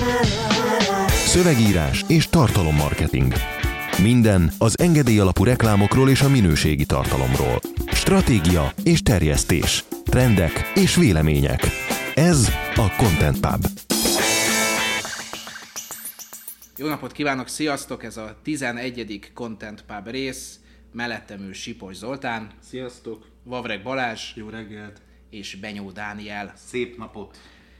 Szövegírás és tartalommarketing. Minden az engedély alapú reklámokról és a minőségi tartalomról. Stratégia és terjesztés. Trendek és vélemények. Ez a Content Pub. Jó napot kívánok, sziasztok! Ez a 11. Content Pub rész. Mellettem ül Sipos Zoltán. Sziasztok! Vavreg Balázs. Jó reggelt! És Benyó Dániel. Szép napot!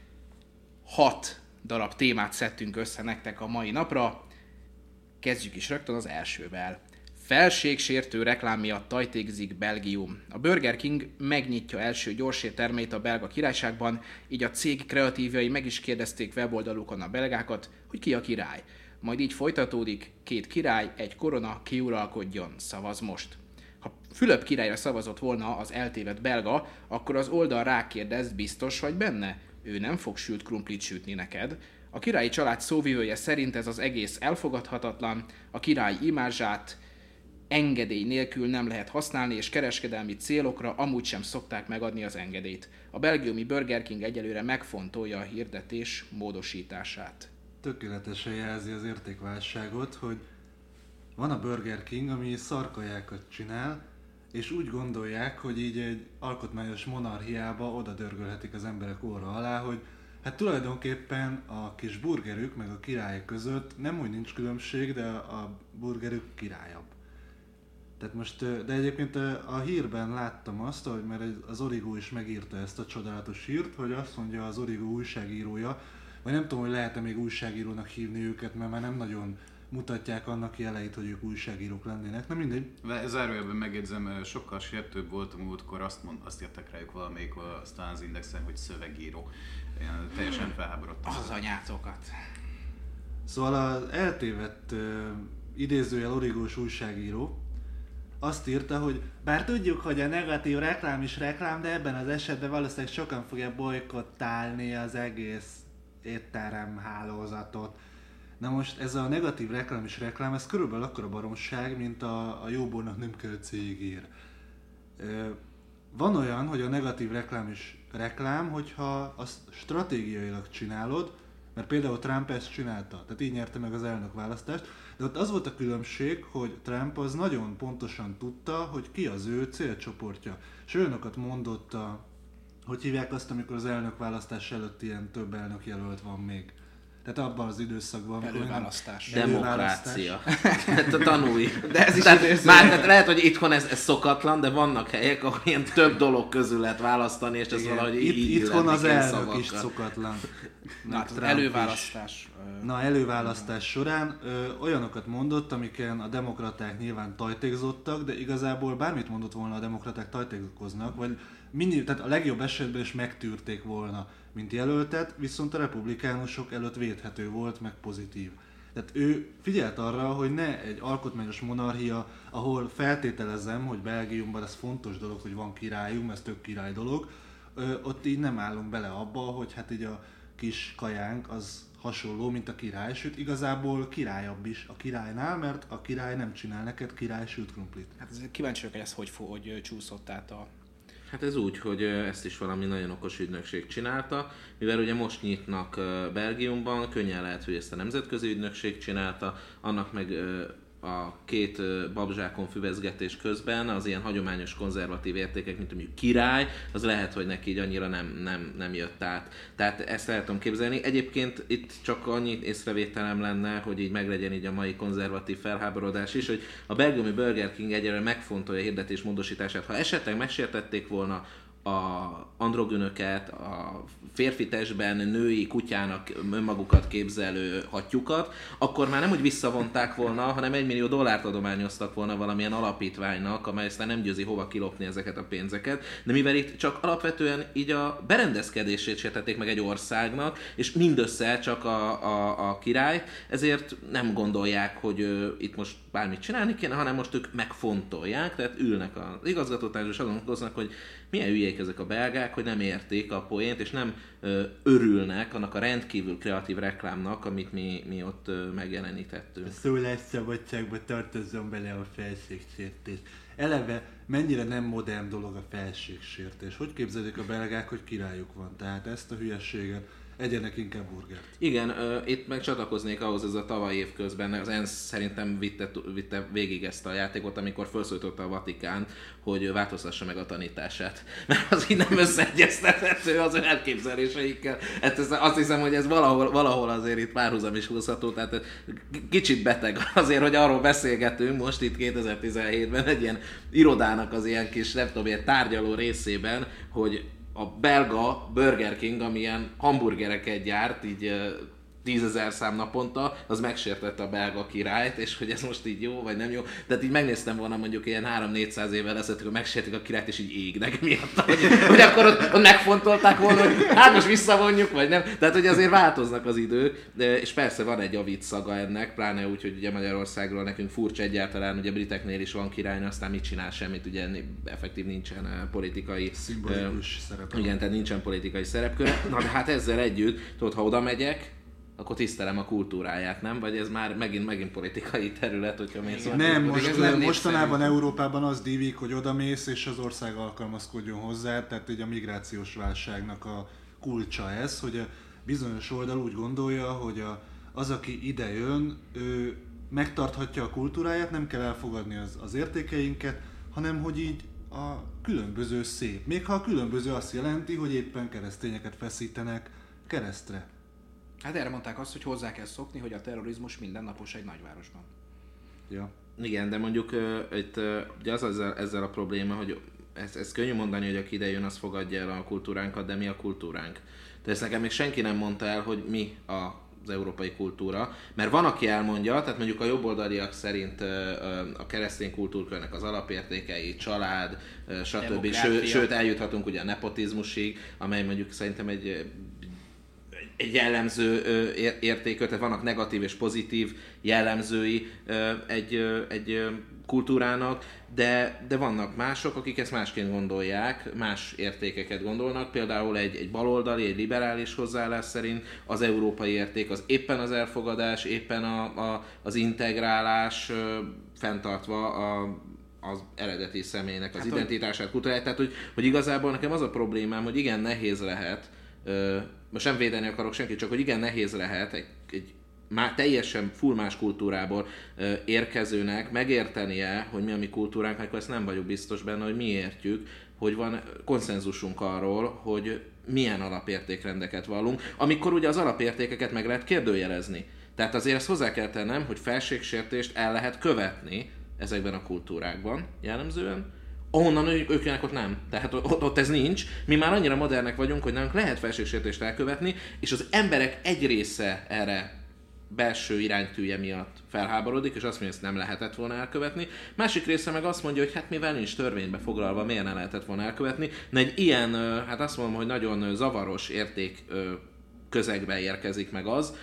6 darab témát szedtünk össze nektek a mai napra. Kezdjük is rögtön az elsővel. Felségsértő reklám miatt tajtékzik Belgium. A Burger King megnyitja első gyorséttermeit a belga királyságban, így a cég kreatívjai meg is kérdezték weboldalukon a belgákat, hogy ki a király. Majd így folytatódik, 2 király, 1 korona, ki uralkodjon, szavaz most. Ha Fülöp királyra szavazott volna az eltévedt belga, akkor az oldal rákérdez, biztos vagy benne? Ő nem fog sült krumplit sütni neked. A királyi család szóvivője szerint ez az egész elfogadhatatlan, a király imázsát engedély nélkül nem lehet használni, és kereskedelmi célokra amúgy sem szokták megadni az engedélyt. A belgiumi Burger King egyelőre megfontolja a hirdetés módosítását. Tökéletesen jelzi az értékválságot, hogy van a Burger King, ami szarkajákat csinál, és úgy gondolják, hogy így egy alkotmányos monarchiába oda dörgölhetik az emberek óra alá, hogy hát tulajdonképpen a kis burgerük meg a király között nem úgy nincs különbség, de a burgerük királyabb. Tehát most, de egyébként a hírben láttam azt, hogy mert az Origo is megírta ezt a csodálatos hírt, hogy azt mondja az Origo újságírója, vagy nem tudom, hogy lehet-e még újságírónak hívni őket, mert már nem nagyon mutatják annak jeleit, hogy ők újságírók lennének, nem mindegy. Zárójelben megjegyzem, sokkal sértőbb volt a múltkor, azt írtak rájuk valamelyik aztán az Indexen, hogy szövegíró. Én teljesen felháborodtam. Az anyátokat. Szóval az eltévedt idézőjel origós újságíró azt írta, hogy bár tudjuk, hogy a negatív reklám is reklám, de ebben az esetben valószínűleg sokan fogja bolykottálni az egész étterem hálózatot. Na most ez a negatív reklám is reklám, ez körülbelül akkora baromság, mint a jóbornak nem kell cégér. Van olyan, hogy a negatív reklám is reklám, hogyha azt stratégiailag csinálod, mert például Trump ezt csinálta, tehát így nyerte meg az elnökválasztást, de ott az volt a különbség, hogy Trump az nagyon pontosan tudta, hogy ki az ő célcsoportja. És olyanokat mondott, hogy hívják azt, amikor az elnökválasztás előtt ilyen több elnökjelölt van még. Tehát abban az időszakban... Előválasztás. Demokrácia. Tanulj. De ez is tehát lehet, hogy itthon ez szokatlan, de vannak helyek, ahol ilyen több dolog közül lehet választani, és ez valahogy így itthon az elnök is szokatlan. Előválasztás. Előválasztás során olyanokat mondott, amiken a demokraták nyilván tajtékozottak, de igazából bármit mondott volna, a demokraták tajtékoznak, vagy tehát a legjobb esetben is megtűrték volna, mint jelöltet, viszont a republikánusok előtt védhető volt, meg pozitív. Tehát ő figyelt arra, hogy ne egy alkotmányos monarchia, ahol feltételezem, hogy Belgiumban ez fontos dolog, hogy van királyunk, ez tök király dolog, ott így nem állunk bele abba, hogy hát így a kis kajánk az hasonló, mint a király, sőt igazából királyabb is a királynál, mert a király nem csinál neked király sült krumplit. Hát kíváncsi vagyok, hogy ez hogy csúszott át a... Hát ez úgy, hogy ezt is valami nagyon okos ügynökség csinálta, mivel ugye most nyitnak Belgiumban, könnyen lehet, hogy ezt a nemzetközi ügynökség csinálta, annak meg a 2 babzsákon füvezgetés közben az ilyen hagyományos konzervatív értékek, mint mondjuk király, az lehet, hogy neki így annyira nem jött át. Tehát ezt el tudom képzelni. Egyébként itt csak annyi észrevételem lenne, hogy így meglegyen így a mai konzervatív felháborodás is, hogy a belgiumi Burger King egyelőre megfontolja a hirdetés módosítását. Ha esetleg megsértették volna a androgynöket, a férfi testben női kutyának önmagukat képzelő hattyukat, akkor már nem úgy visszavonták volna, hanem $1 millió adományoztak volna valamilyen alapítványnak, amely aztán nem győzi hova kilopni ezeket a pénzeket. De mivel itt csak alapvetően így a berendezkedését sértették meg egy országnak, és mindössze csak a király, ezért nem gondolják, hogy itt most bármit csinálni kéne, hanem most ők megfontolják, tehát ülnek az igazgatótársban és azon gondolkoznak, hogy milyen hülyék ezek a belgák, hogy nem érték a poént, és nem örülnek annak a rendkívül kreatív reklámnak, amit mi ott megjelenítettünk. A szólásszabadságba tartozzon bele a felségsértés. Eleve mennyire nem modern dolog a felségsértés. Hogy képzelik a belgák, hogy királyuk van? Tehát ezt a hülyeséget egyenek inkább burgert. Igen, itt meg csatlakoznék ahhoz, ez a tavaly évközben az ENSZ szerintem vitte végig ezt a játékot, amikor felszólította a Vatikánt, hogy változtassa meg a tanítását. Mert az így nem összeegyeztethető az ő elképzeléseikkel. Hát azt hiszem, hogy ez valahol azért itt párhuzam is húzható, tehát kicsit beteg azért, hogy arról beszélgetünk most itt 2017-ben egy ilyen irodának az ilyen kis, nem tudom, ilyen tárgyaló részében, hogy a belga Burger King, amilyen hamburgereket gyárt, így 10 000 szám naponta, az megsértette a belga királyt, és hogy ez most így jó, vagy nem jó. Tehát így megnéztem volna mondjuk ilyen 300-400 évvel ezelőtt, hogy megsértik a királyt, és így égnek miatt, hogy akkor ott megfontolták volna, hogy hát most visszavonjuk, vagy nem. Tehát, hogy azért változnak az idők, és persze van egy a vicc szaga ennek, pláne úgy, hogy ugye Magyarországról nekünk furcsa egyáltalán, ugye briteknél is van királynő, aztán mit csinál semmit, ugye effektív nincsen politikai szimbolikus szerep. Igen, tehát nincsen politikai szerepköre. Na de hát ezzel együtt, tudod, ha oda megyek, akkor tisztelem a kultúráját, nem? Vagy ez már megint politikai terület, hogyha mész. Nem, mostanában Európában az dívik, hogy odamész és az ország alkalmazkodjon hozzá, tehát ugye a migrációs válságnak a kulcsa ez, hogy a bizonyos oldal úgy gondolja, hogy az, aki ide jön, ő megtarthatja a kultúráját, nem kell elfogadni az értékeinket, hanem hogy így a különböző szép. Még ha a különböző azt jelenti, hogy éppen keresztényeket feszítenek keresztre. Hát erre mondták azt, hogy hozzá kell szokni, hogy a terrorizmus mindennapos egy nagyvárosban. Ja. Igen, de mondjuk itt ugye az ezzel a probléma, hogy ez könnyű mondani, hogy aki ide jön, az fogadja el a kultúránkat, de mi a kultúránk? De ezt nekem még senki nem mondta el, hogy mi az európai kultúra, mert van, aki elmondja, tehát mondjuk a jobboldaliak szerint a keresztény kultúrkörnek az alapértékei, család, stb. Sőt eljuthatunk ugye a nepotizmusig, amely mondjuk szerintem egy jellemző értékű, tehát vannak negatív és pozitív jellemzői egy kultúrának, de vannak mások, akik ezt másként gondolják, más értékeket gondolnak, például egy baloldali, egy liberális hozzáállás szerint az európai érték az éppen az elfogadás, éppen az integrálás, fenntartva az eredeti személynek az identitását, kultúráját, tehát hogy igazából nekem az a problémám, hogy igen nehéz lehet, most nem védeni akarok senkit, csak hogy igen nehéz lehet egy már teljesen full más kultúrából érkezőnek megértenie, hogy mi a mi kultúránk, amikor ezt nem vagyok biztos benne, hogy mi értjük, hogy van konszenzusunk arról, hogy milyen alapértékrendeket vallunk, amikor ugye az alapértékeket meg lehet kérdőjelezni. Tehát azért ezt hozzá kell tennem, hogy felségsértést el lehet követni ezekben a kultúrákban jellemzően, ahonnan ők jönnek, ott nem. Tehát ott ez nincs. Mi már annyira modernek vagyunk, hogy nálunk lehet felségsértést elkövetni, és az emberek egy része erre belső iránytűje miatt felháborodik, és azt mondja, hogy ezt nem lehetett volna elkövetni. Másik része meg azt mondja, hogy hát mivel nincs törvénybe foglalva, miért nem lehetett volna elkövetni. De egy ilyen, hát azt mondom, hogy nagyon zavaros érték közegbe érkezik meg az,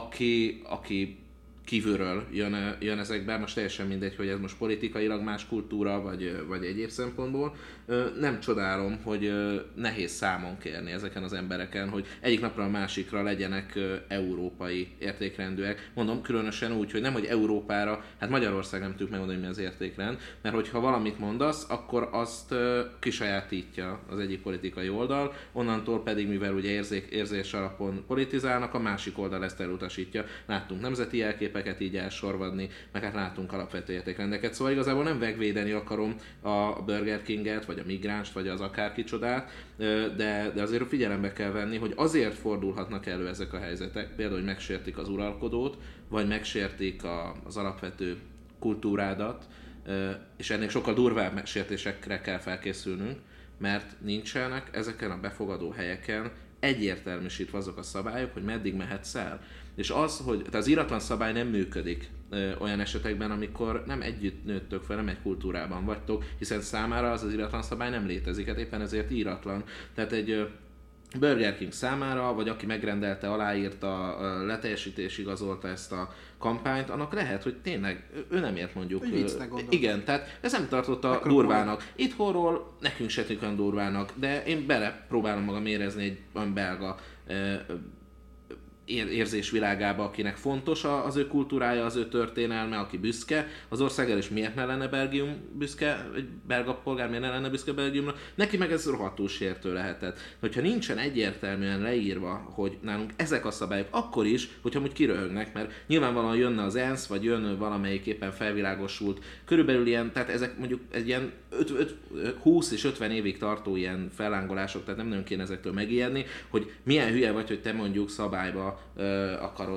aki kívülről jön ezekbe, most teljesen mindegy, hogy ez most politikailag más kultúra, vagy egyéb szempontból. Nem csodálom, hogy nehéz számon kérni ezeken az embereken, hogy egyik napra a másikra legyenek európai értékrendűek. Mondom, különösen úgy, hogy nem, hogy Európára, hát Magyarország nem tudjuk megmondani, mi az értékrend, mert hogyha valamit mondasz, akkor azt kisajátítja az egyik politikai oldal, onnantól pedig, mivel ugye érzés alapon politizálnak, a másik oldal ezt elutasítja. Láttunk nemzeti jelképeket így elsorvadni, meg hát látunk alapvető értékrendeket. Szóval igazából nem megvédeni akarom a Burger Kinget, vagy a migránst, vagy az akárkicsodát, de azért figyelembe kell venni, hogy azért fordulhatnak elő ezek a helyzetek, például, hogy megsértik az uralkodót, vagy megsértik az alapvető kultúrádat, és ennél sokkal durvább sértésekre kell felkészülnünk, mert nincsenek ezeken a befogadó helyeken egyértelműsítve azok a szabályok, hogy meddig mehetsz el. És az íratlan szabály nem működik olyan esetekben, amikor nem együtt nőttök fel, nem egy kultúrában vagytok, hiszen számára az íratlan szabály nem létezik, hát éppen ezért íratlan. Tehát egy Burger King számára, vagy aki megrendelte, aláírta, leteljesítés igazolta ezt a kampányt, annak lehet, hogy tényleg ő nem ért mondjuk. Igen, tehát ez nem tartotta durvának. Itthonról nekünk se tűnik olyan durvának, de én bele próbálom magam érezni egy olyan belga érzésvilágába, akinek fontos az ő kultúrája, az ő történelme, aki büszke az országára, és miért ne lenne Belgium büszke, egy belga polgár miért ne lenne büszke Belgiumra, neki meg ez rohadtul sértő lehetett. Hogyha nincsen egyértelműen leírva, hogy nálunk ezek a szabályok, akkor is, hogyha úgy kiröhögnek, mert nyilvánvalóan jönne az ENSZ, vagy jön valamelyik éppen felvilágosult, körülbelül ilyen, tehát ezek mondjuk egy ilyen 20 és 50 évig tartó ilyen fellángolások, tehát nem nagyon kéne ezektől megijedni, hogy milyen hülye vagy, hogy te mondjuk szabályba akarod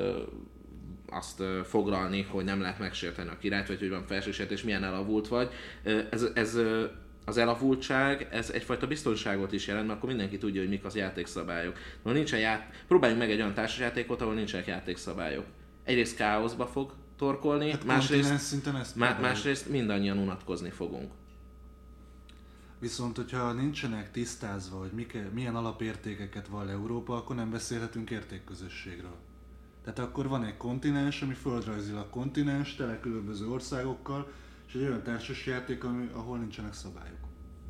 azt foglalni, hogy nem lehet megsérteni a királyt, vagy hogy van felsősértés, milyen elavult vagy. Ez az elavultság, ez egyfajta biztonságot is jelent, mert akkor mindenki tudja, hogy mik az játékszabályok. Próbáljunk meg egy olyan társasjátékot, ahol nincsenek játékszabályok. Egyrészt káoszba fog torkolni, Hát másrészt mindannyian unatkozni fogunk. Viszont, hogyha nincsenek tisztázva, hogy milyen alapértékeket vall Európa, akkor nem beszélhetünk értékközösségről. Tehát akkor van egy kontinens, ami földrajzilag kontinens, tele különböző országokkal, és egy olyan társasjáték, ahol nincsenek szabályok.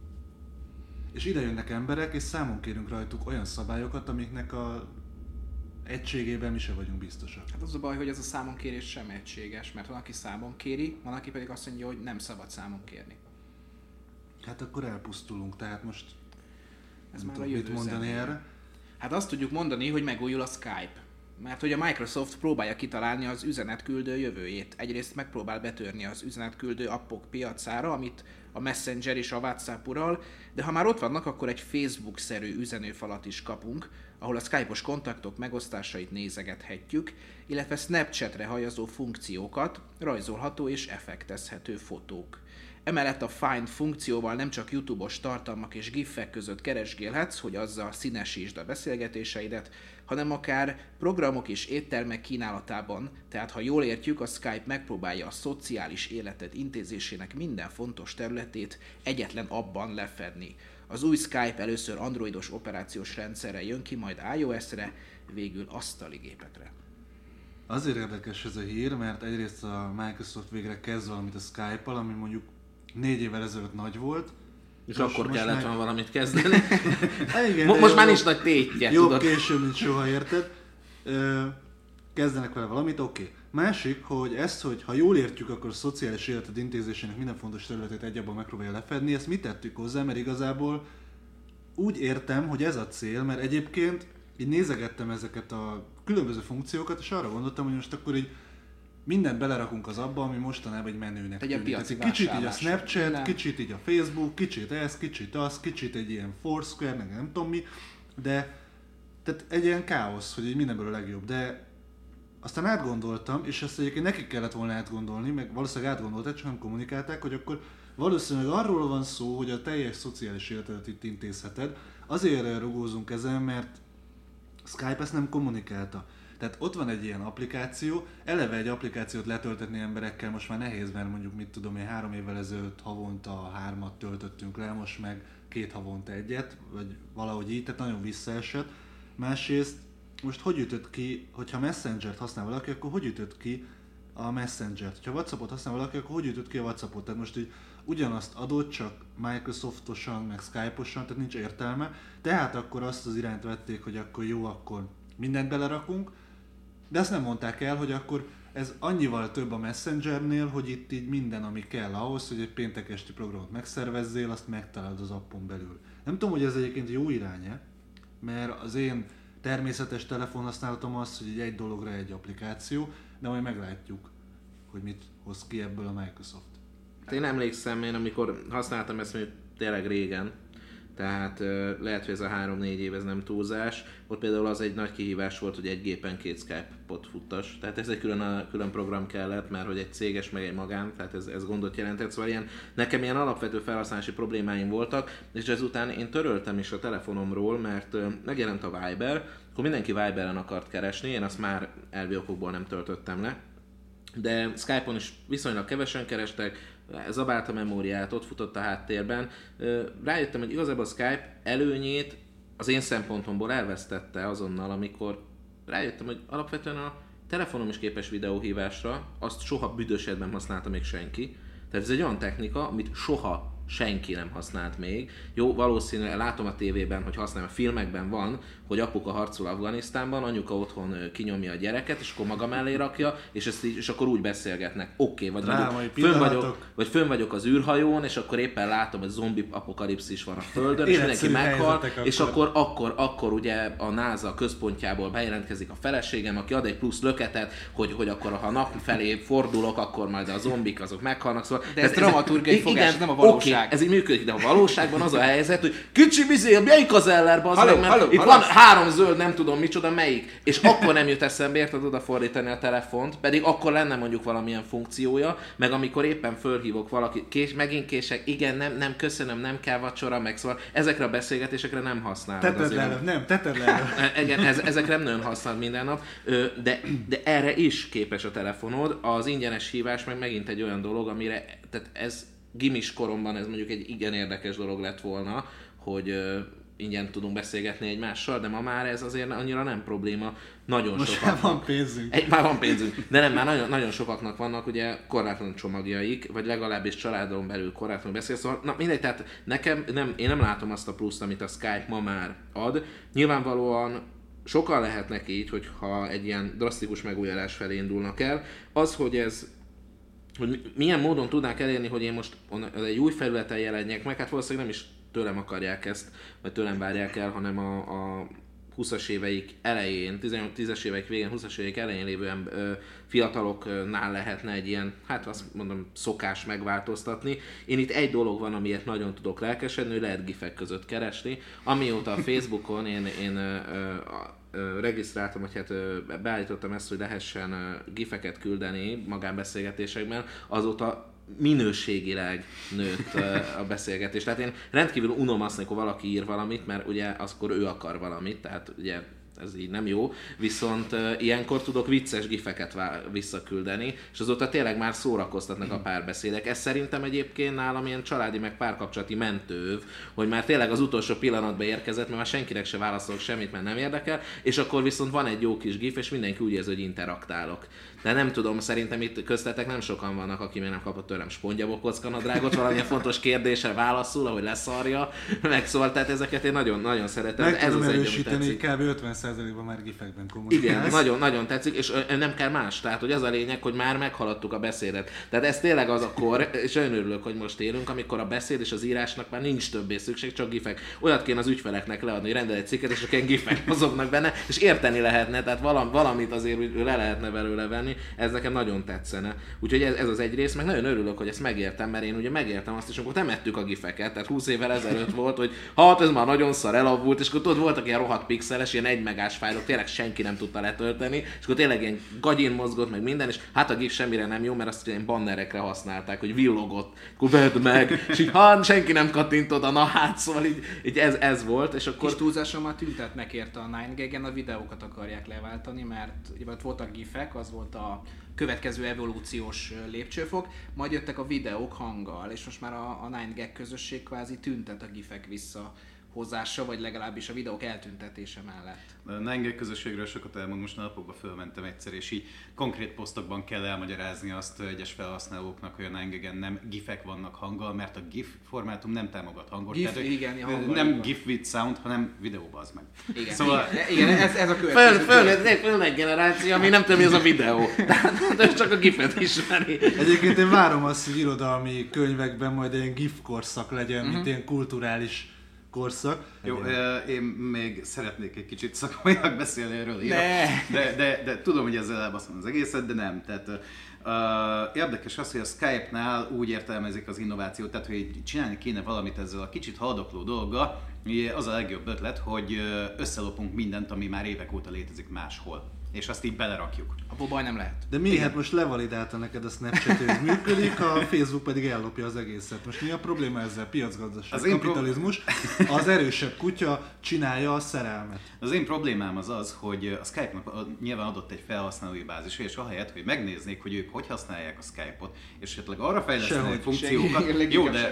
És ide jönnek emberek, és számon kérünk rajtuk olyan szabályokat, amiknek a egységében mi se vagyunk biztosak. Hát az a baj, hogy ez a számonkérés sem egységes, mert van, aki számon kéri, van, aki pedig azt mondja, hogy nem szabad számon kérni. Hát akkor elpusztulunk, tehát most Ez nem már a tudom, mit jövő mondani zenéje. erre. Hát azt tudjuk mondani, hogy megújul a Skype. Mert hogy a Microsoft próbálja kitalálni az üzenetküldő jövőjét. Egyrészt megpróbál betörni az üzenetküldő appok piacára, amit a Messenger és a WhatsApp ural, de ha már ott vannak, akkor egy Facebook-szerű üzenőfalat is kapunk, ahol a Skype-os kontaktok megosztásait nézegethetjük, illetve Snapchatre hajazó funkciókat, rajzolható és effektezhető fotók. Emellett a Find funkcióval nem csak YouTube-os tartalmak és gifek között keresgélhetsz, hogy azzal színesítsd a beszélgetéseidet, hanem akár programok és éttermek kínálatában, tehát ha jól értjük, a Skype megpróbálja a szociális életed intézésének minden fontos területét egyetlen abban lefedni. Az új Skype először androidos operációs rendszerre jön ki, majd iOS-re, végül asztali gépekre. Azért érdekes ez a hír, mert egyrészt a Microsoft végre kezd valamit a Skype-al, ami mondjuk 4 évvel ezelőtt nagy volt. És akkor kellett volna valamit kezdeni. Igen, most már nincs nagy tétje, jobb tudod. később, mint soha, érted? Kezdenek vele valamit, oké. Másik, hogy ha jól értjük, akkor a szociális életed intézésének minden fontos területét egy abban megpróbálja lefedni. Ezt mit tettük hozzá, mert igazából úgy értem, hogy ez a cél, mert egyébként így nézegettem ezeket a különböző funkciókat, és arra gondoltam, hogy most akkor így mindent belerakunk az abba, ami mostanában egy menőnek Egy piaci kicsit így a vásárlás. Snapchat, Nem. kicsit így a Facebook, kicsit ez, kicsit az, kicsit egy ilyen Foursquare, meg nem tudom mi, de tehát egy ilyen káosz, hogy így mindenből a legjobb, de aztán átgondoltam, és ezt egyébként nekik kellett volna átgondolni, meg valószínűleg átgondolták, csak nem kommunikálták, hogy akkor valószínűleg arról van szó, hogy a teljes szociális életedet itt intézheted. Azért rugózunk ezen, mert Skype ezt nem kommunikálta. Tehát ott van egy ilyen applikáció, eleve egy applikációt letöltetni emberekkel most már nehéz, mert mondjuk mit tudom én 3 évvel ezelőtt havonta 3-at töltöttünk le, most meg 2 havonta egyet, vagy valahogy így, tehát nagyon visszaesett. Másrészt most hogy ütött ki, hogyha Messengert használ valaki, akkor hogy ütött ki a Messengert? Ha WhatsAppot használ valaki, akkor hogy ütött ki a WhatsAppot? Tehát most így ugyanazt adott, csak Microsoftosan, meg Skype-osan, tehát nincs értelme. Tehát akkor azt az irányt vették, hogy akkor jó, akkor mindent belerakunk, de azt nem mondták el, hogy akkor ez annyival több a Messengernél, hogy itt így minden, ami kell ahhoz, hogy egy péntek esti programot megszervezzél, azt megtalálod az appon belül. Nem tudom, hogy ez egyébként jó irány-e, mert az én természetes telefonhasználatom az, hogy egy dologra egy applikáció, de majd meglátjuk, hogy mit hoz ki ebből a Microsoft. Én emlékszem, amikor használtam ezt még tényleg régen, tehát lehet, hogy ez a 3-4 év ez nem túlzás. Ott például az egy nagy kihívás volt, hogy egy gépen 2 Skype-ot futtass. Tehát ez egy külön program kellett, mert hogy egy céges meg egy magán, tehát ez gondot jelentett. Szóval nekem ilyen alapvető felhasználási problémáim voltak, és ezután én töröltem is a telefonomról, mert megjelent a Viber, akkor mindenki Viberen akart keresni, én azt már elvi okokból nem töltöttem le. De Skype-on is viszonylag kevesen kerestek, zabált a memóriát, ott futott a háttérben. Rájöttem, hogy igazából a Skype előnyét az én szempontomból elvesztette azonnal, amikor rájöttem, hogy alapvetően a telefonom is képes videóhívásra, azt soha büdös életben használta még senki. Tehát ez egy olyan technika, amit soha senki nem használt még. Jó, valószínűleg látom a tévében, hogy használja, a filmekben van, hogy apuka harcol Afganisztánban, anyuka otthon kinyomja a gyereket, és akkor maga mellé rakja, és akkor úgy beszélgetnek. Oké, vagy fönn vagyok az űrhajón, és akkor éppen látom, hogy zombi apokalipszis van a Földön, és mindenki meghal, és akkor ugye a NASA központjából bejelentkezik a feleségem, aki ad egy plusz löketet, hogy akkor ha nap felé fordulok, akkor majd a zombik azok meghalnak. Szóval de ez dramaturgiai fogás, igen, nem a valóság. Okay, ez így működik, de a valóságban az a helyzet, hogy kicsi bizél, melyik az Eller, bazd, itt van 3 zöld, nem tudom micsoda, melyik. És akkor nem jut eszembe, érted, odafordítani a telefont, pedig akkor lenne mondjuk valamilyen funkciója, meg amikor éppen fölhívok valaki, megint kések, igen, nem köszönöm, nem kell vacsora, meg szóval ezekre a beszélgetésekre nem használod. Tetted le. Igen, ezekre nem nagyon használod minden nap, de erre is képes a telefonod. Az ingyenes hívás meg megint egy olyan dolog, amire, tehát ez gimis koromban ez mondjuk egy igen érdekes dolog lett volna, hogy ingyen tudunk beszélgetni egymással, de ma már ez azért annyira nem probléma. Most már van pénzünk. Már van pénzünk. De nem, már nagyon sokaknak vannak ugye korlátlan csomagjaik, vagy legalábbis családon belül korlátlan beszél. Szóval, na mindegy, tehát én nem látom azt a pluszt, amit a Skype ma már ad. Nyilvánvalóan sokan lehetnek így, hogyha egy ilyen drasztikus megújulás felé indulnak el. Az, hogy milyen módon tudnák elérni, hogy én most egy új felületen jelenjek meg, hát valószínűleg nem is tőlem akarják ezt, vagy tőlem várják el, hanem a 20-as éveik elején, 10-es éveik végén, 20-as éveik elején lévő fiataloknál lehetne egy ilyen, hát azt mondom, szokás megváltoztatni. Én itt egy dolog van, amiért nagyon tudok lelkesedni, hogy lehet gifek között keresni. Amióta a Facebookon én regisztráltam, hogy hát beállítottam ezt, hogy lehessen gifeket küldeni magánbeszélgetésekben, azóta minőségileg nőtt a beszélgetés. Tehát én rendkívül unom azt, amikor valaki ír valamit, mert ugye akkor ő akar valamit, tehát ugye ez így nem jó, viszont ilyenkor tudok vicces gifeket visszaküldeni, és azóta tényleg már szórakoztatnak a párbeszédek. Ez szerintem egyébként nálam ilyen családi meg párkapcsolati mentőv, hogy már tényleg az utolsó pillanatban érkezett, mert már senkinek se válaszolok semmit, mert nem érdekel, és akkor viszont van egy jó kis gif, és mindenki úgy érzi, hogy interaktálok. De nem tudom, szerintem itt köztetek nem sokan vannak, aki még nem kapott tőlem spongyabokockanadrágot, valamilyen fontos kérdésre válaszul, ahogy leszarja, megszól, tehát ezeket én nagyon szeretem. Meg tudom erősíteni, kb. 50%-ban már gifekben kommunikálsz. Igen, nagyon tetszik, és nem kell más, tehát hogy az a lényeg, hogy már meghaladtuk a beszédet. Tehát ez tényleg az a kor, és nagyon örülök, hogy most élünk, amikor a beszéd és az írásnak már nincs többé szükség, csak gifek. Olyat kéne az ügyfeleknek leadni, hogy rendel egy cikket, és akkor ilyen gifek mozognak benne, és érteni lehetne, tehát valamit azért le lehetne belőle venni. Ez nekem nagyon tetszene. Úgyhogy ez az egy rész, meg nagyon örülök, hogy ezt megértem, mert én ugye megértem azt is, amikor temettük a gifeket, tehát 20 évvel ezelőtt volt, hogy hát ez már nagyon szar, elavult, és akkor tudod, voltak ilyen rohadt pixeles, ilyen 1 megás fájlok, tényleg senki nem tudta letölteni, és akkor tényleg ilyen gagyin mozgott, meg minden, és hát a gif semmire nem jó, mert azt ilyen bannerekre használták, hogy villogott, akkor vedd meg, és így hát senki nem kattint oda, na hát, szóval így ez volt, és akkor... Kis túlzással már tüntetnek érte a 9gag-en, a videókat akarják leváltani, mert ugye voltak gifek, az volt a következő evolúciós lépcsőfok, majd jöttek a videók hanggal, és most már a 9gag közösség kvázi tüntet a gifek visszahozása, vagy legalábbis a videók eltüntetése mellett. A 9gag közösségről sokat elmond, most napokban fölmentem egyszer, és így konkrét posztokban kell elmagyarázni azt egyes felhasználóknak, hogy a 9gag-en nem gifek vannak hanggal, mert a gif formátum nem támogat hangot. GIF, tehát, igen, nem gif with sound, hanem videóba az meg. Igen, szóval... igen ez a következő. Föl egy generáció, ami nem tudom, mi az a videó. Tehát csak a gifet ismeri. Egyébként én várom azt, hogy irodalmi könyvekben majd ilyen gif korszak legyen, mint ilyen kulturális korszak. Jó, én még szeretnék egy kicsit szakmailag beszélni erről, de tudom, hogy ezzel elbaszom az egészet, de nem. Tehát, érdekes az, hogy a Skype-nál úgy értelmezik az innovációt, tehát hogy csinálni kéne valamit ezzel a kicsit haldokló dolggal. Az a legjobb ötlet, hogy összelopunk mindent, ami már évek óta létezik máshol. És azt így belerakjuk. Abból baj nem lehet. De mi? Hát most levalidálta neked a Snapchat, hogy működik, a Facebook pedig ellopja az egészet. Most mi a probléma ezzel? Piacgazdaság, kapitalizmus. Az erősebb kutya csinálja a szerelmet. Az én problémám az, hogy a Skype-nak nyilván adott egy felhasználói bázis, és ahelyett, hogy megnéznék, hogy ők hogy használják a Skype-ot, és esetleg arra fejlesztenek funkciókat. Jó, de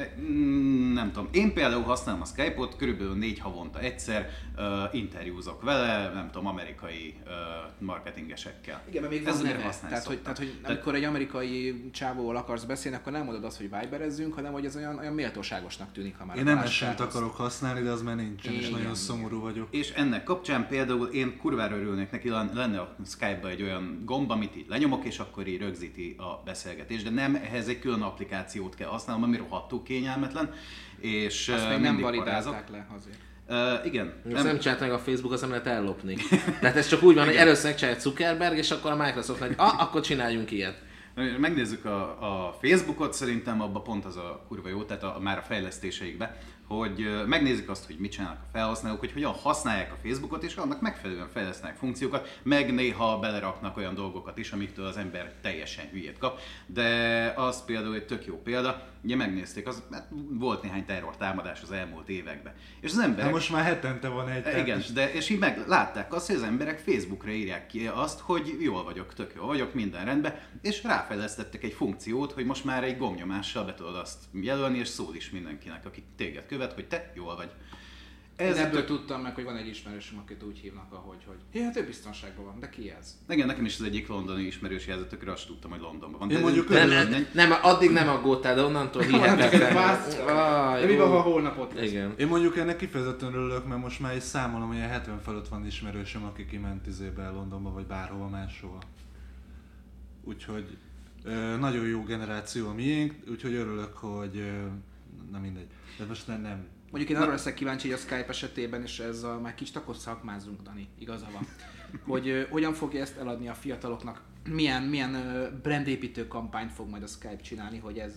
nem tudom. Én például használom a Skype-ot, körülbelül 4 havonta egyszer, interjúzok vele, nem tudom, amerikai marketingesekkel. Igen, mert még van neve. Tehát, hogy amikor egy amerikai csávóval akarsz beszélni, akkor nem mondod azt, hogy viberezzünk, hanem hogy ez olyan méltóságosnak tűnik, ha már én MS-t akarok használni, de az már nincsen, és nagyon szomorú vagyok. És ennek kapcsán például én kurvára örülnék neki, lenne a Skype-ban egy olyan gomb, amit így lenyomok, és akkor így rögzíti a beszélgetést, de nem ehhez egy külön applikációt kell használnom, ami rohadtul kényelmetlen, és azt még nem validálták le azért. Igen. Nem csinált meg a Facebook, azt nem lehet ellopni. Tehát ez csak úgy van, hogy először megcsinálja Zuckerberg, és akkor a Microsoft hogy akkor csináljunk ilyet. Megnézzük a Facebookot, szerintem abban pont az a kurva jó, tehát már a fejlesztéseikbe, hogy megnézzük azt, hogy mit csinálnak a felhasználók, hogy hogyan használják a Facebookot, és annak megfelelően fejlesztenek funkciókat, meg néha beleraknak olyan dolgokat is, amiktől az ember teljesen hülyét kap. De az például egy tök jó példa, ugye megnézték, volt néhány terrortámadás az elmúlt években. És az emberek... Hát most már hetente van egy. Igen, és így meglátták azt, hogy az emberek Facebookra írják ki azt, hogy jól vagyok, tök jól vagyok, minden rendben, és ráfejlesztettek egy funkciót, hogy most már egy gombnyomással be tudod azt jelölni, és szól is mindenkinek, aki téged követ, hogy te jól vagy. Ebből tudtam meg, hogy van egy ismerősöm, akit úgy hívnak, hogy hát ő biztonságban van, de ki ez? Igen, nekem is az egyik londoni ismerős jelzőtökre, azt tudtam, hogy Londonban van. Én mondjuk nem, addig nem aggódtál, de onnantól hihetetlen. De mi van, ha holnap ott lesz? Igen. Én mondjuk ennek kifejezetten örülök, mert most már is számolom, hogy 70 fölött van ismerősöm, aki kiment Londonba, vagy bárhova máshova. Úgyhogy nagyon jó generáció a miénk, úgyhogy örülök, hogy na mindegy. De most nem. Mondjuk én arra leszek kíváncsi, hogy a Skype esetében, és ez már kicsit akkor szakmázunk, Dani, igaza van, hogy hogyan fogja ezt eladni a fiataloknak, milyen brandépítő kampányt fog majd a Skype csinálni, hogy ez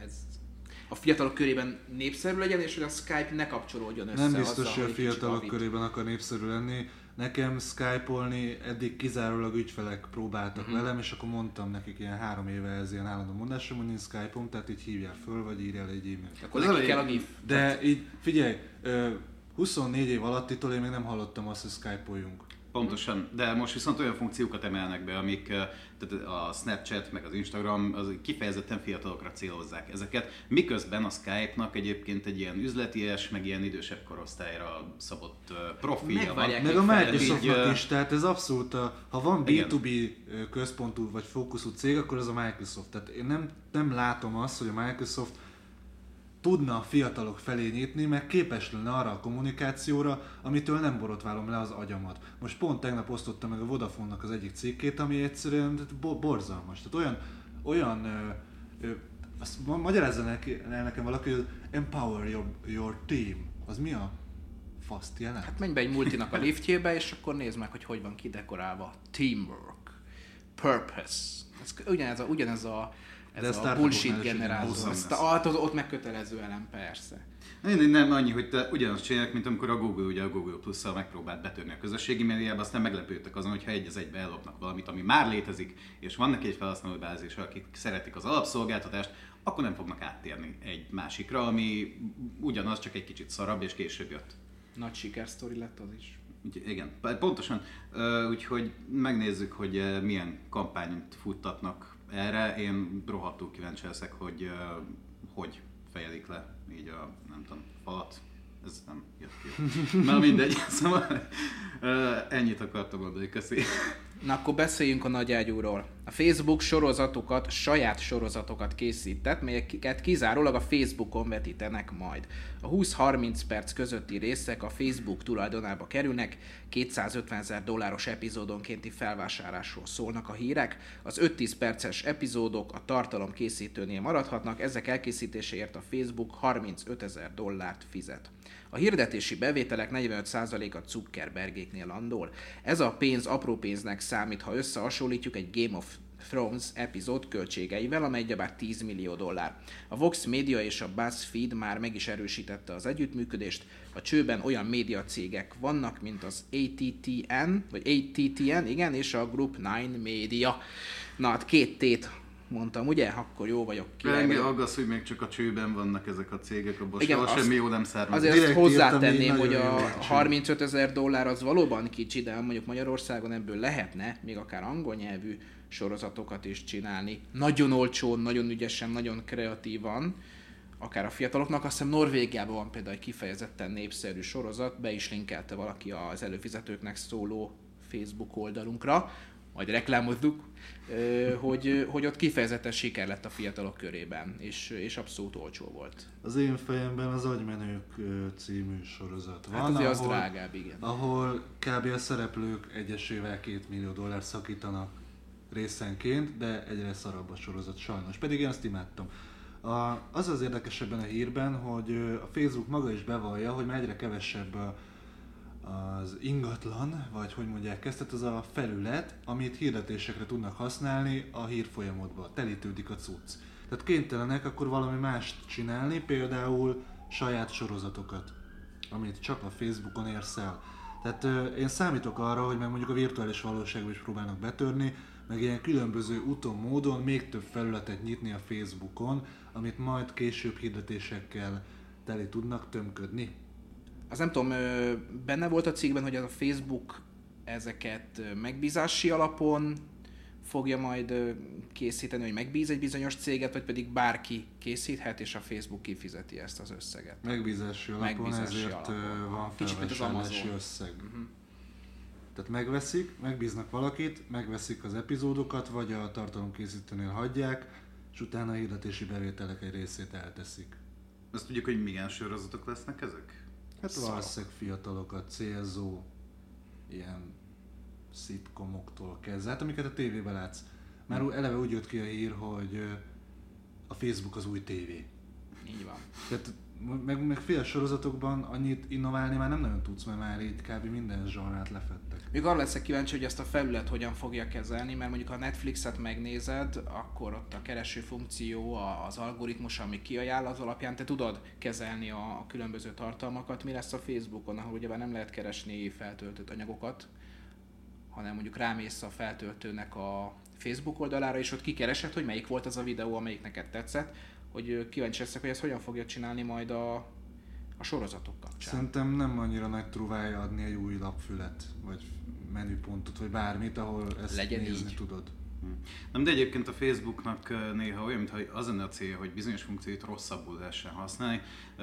a fiatalok körében népszerű legyen, és hogy a Skype ne kapcsolódjon össze. Nem biztos, azzal, hogy a egy fiatalok körében akar népszerű lenni. Nekem Skype-olni eddig kizárólag ügyfelek próbáltak velem, és akkor mondtam nekik ilyen 3 éve ez ilyen állandó mondásom, hogy nincs Skype-om, tehát így hívjál föl, vagy írjál egy e-mailt. Akkor neki kell a GIF. De így, figyelj, 24 év alattitól én még nem hallottam azt, hogy Skype-oljunk. Pontosan, de most viszont olyan funkciókat emelnek be, amik tehát a Snapchat meg az Instagram az kifejezetten fiatalokra célozzák ezeket, miközben a Skype-nak egyébként egy ilyen üzleties, meg ilyen idősebb korosztályra szabott profilja van. Meg a Microsoftnak is, tehát ez abszolút, ha van B2B központú vagy fókuszú cég, akkor ez a Microsoft. Tehát én nem látom azt, hogy a Microsoft tudna a fiatalok felé nyitni, mert képes lenne arra a kommunikációra, amitől nem borotválom le az agyamat. Most pont tegnap osztottam meg a Vodafone-nak az egyik cikkét, ami egyszerűen borzalmas. Tehát azt magyarázza el nekem valaki, hogy empower your team. Az mi a faszt jelent? Hát menj be egy multinak a liftjébe, és akkor nézd meg, hogy van kidekorálva. Teamwork, purpose. Ez ugyanez a bullshit generátor. Ott megkötelező elem, persze. Nem annyi, hogy te ugyanazt csinálják, mint amikor a Google, ugye a Google Plus-szal megpróbált betörni a közösségi médiába, aztán meglepődtek azon, hogyha egy az egybe ellopnak valamit, ami már létezik, és van neki egy felhasználóbázis, akik szeretik az alapszolgáltatást, akkor nem fognak áttérni egy másikra, ami ugyanaz, csak egy kicsit szarabb, és később jött. Nagy sikersztori lett az is. Igen, pontosan. Úgyhogy megnézzük, hogy milyen kampányt futtatnak erre. Én rohadtul kíváncsi leszek, hogy fejedik le így a, nem tudom, falat. Ez nem jött ki. Na mindegy, szóval ennyit akartam mondani, köszi. Na akkor beszéljünk a nagyágyúról. A Facebook saját sorozatokat készített, melyeket kizárólag a Facebookon vetítenek majd. A 20-30 perc közötti részek a Facebook tulajdonába kerülnek, $250,000 epizódonkénti felvásárlásról szólnak a hírek, az 5-10 perces epizódok a tartalomkészítőnél maradhatnak, ezek elkészítéséért a Facebook $35,000 fizet. A hirdetési bevételek 45%-a Zuckerbergéknél landol. Ez a pénz apró pénznek számít, ha összehasonlítjuk egy Game of Thrones epizód költségeivel, amely ugyebár $10 millió. A Vox Media és a BuzzFeed már meg is erősítette az együttműködést. A csőben olyan médiacégek vannak, mint az ATTN, igen, és a Group 9 Media. Na hát 2 tét mondtam, ugye? Akkor jó vagyok. Engem aggaszt, hogy még csak a csőben vannak ezek a cégek, abban semmi jó nem származik. Azért azt hozzátenném, hogy a $35,000 az valóban kicsi, de mondjuk Magyarországon ebből lehetne még akár angol nyelvű sorozatokat is csinálni. Nagyon olcsón, nagyon ügyesen, nagyon kreatívan, akár a fiataloknak. Azt hiszem Norvégiában van például egy kifejezetten népszerű sorozat, be is linkelte valaki az előfizetőknek szóló Facebook oldalunkra, majd reklámozzuk, hogy ott kifejezetten siker lett a fiatalok körében, és abszolút olcsó volt. Az én fejemben az Agymenők című sorozat van, Hát azért az drágább, igen. Ahol kb. A szereplők egyesével $2 millió szakítanak részenként, de egyre szarabb a sorozat sajnos, pedig én azt imádtam. Az az érdekes ebben a hírben, hogy a Facebook maga is bevallja, hogy már egyre kevesebb az ingatlan, vagy hogy mondják ezt, tehát az a felület, amit hirdetésekre tudnak használni a hírfolyamodban. Telítődik a cucc. Tehát kénytelenek akkor valami mást csinálni, például saját sorozatokat, amit csak a Facebookon érsz el. Tehát én számítok arra, hogy meg mondjuk a virtuális valóságban is próbálnak betörni, meg ilyen különböző úton, módon még több felületet nyitni a Facebookon, amit majd később hirdetésekkel teli tudnak tömködni. Az nem tudom, benne volt a cikkben, hogy a Facebook ezeket megbízási alapon fogja majd készíteni, hogy megbíz egy bizonyos céget, vagy pedig bárki készíthet, és a Facebook kifizeti ezt az összeget. Megbízási alapon, ezért van felvásárlási összeg. Tehát megbíznak valakit, megveszik az epizódokat, vagy a tartalomkészítőnél hagyják, és utána a hirdetési bevételek egy részét elteszik. Azt tudjuk, hogy milyen sorozatok lesznek ezek? Hát valószínűleg fiatalokat célzó, ilyen szitcomoktól kezdve, hát amiket a tévében látsz. Már eleve úgy jött ki a hír, hogy a Facebook az új tévé. Így van. Tehát meg fél sorozatokban annyit innoválni már nem nagyon tudsz, mert már így kb. Minden zsarát lefettek. Még arra leszek kíváncsi, hogy ezt a felület hogyan fogja kezelni, mert mondjuk ha Netflixet megnézed, akkor ott a kereső funkció, az algoritmus, ami kiajánl, az alapján te tudod kezelni a különböző tartalmakat. Mi lesz a Facebookon, ahol ugye nem lehet keresni feltöltött anyagokat, hanem mondjuk rámész a feltöltőnek a Facebook oldalára, és ott kikeresed, hogy melyik volt az a videó, amelyik neked tetszett, hogy kíváncsi leszek, hogy ezt hogyan fogja csinálni majd a sorozatok kapcsán. Szerintem nem annyira nagy trúvája adni egy új lapfület, vagy menüpontot, vagy bármit, ahol ezt legyen nézni így. tudod. Nem, de egyébként a Facebooknak néha olyan, mintha az lenne a célja, hogy bizonyos funkcióit rosszabbul lehessen használni.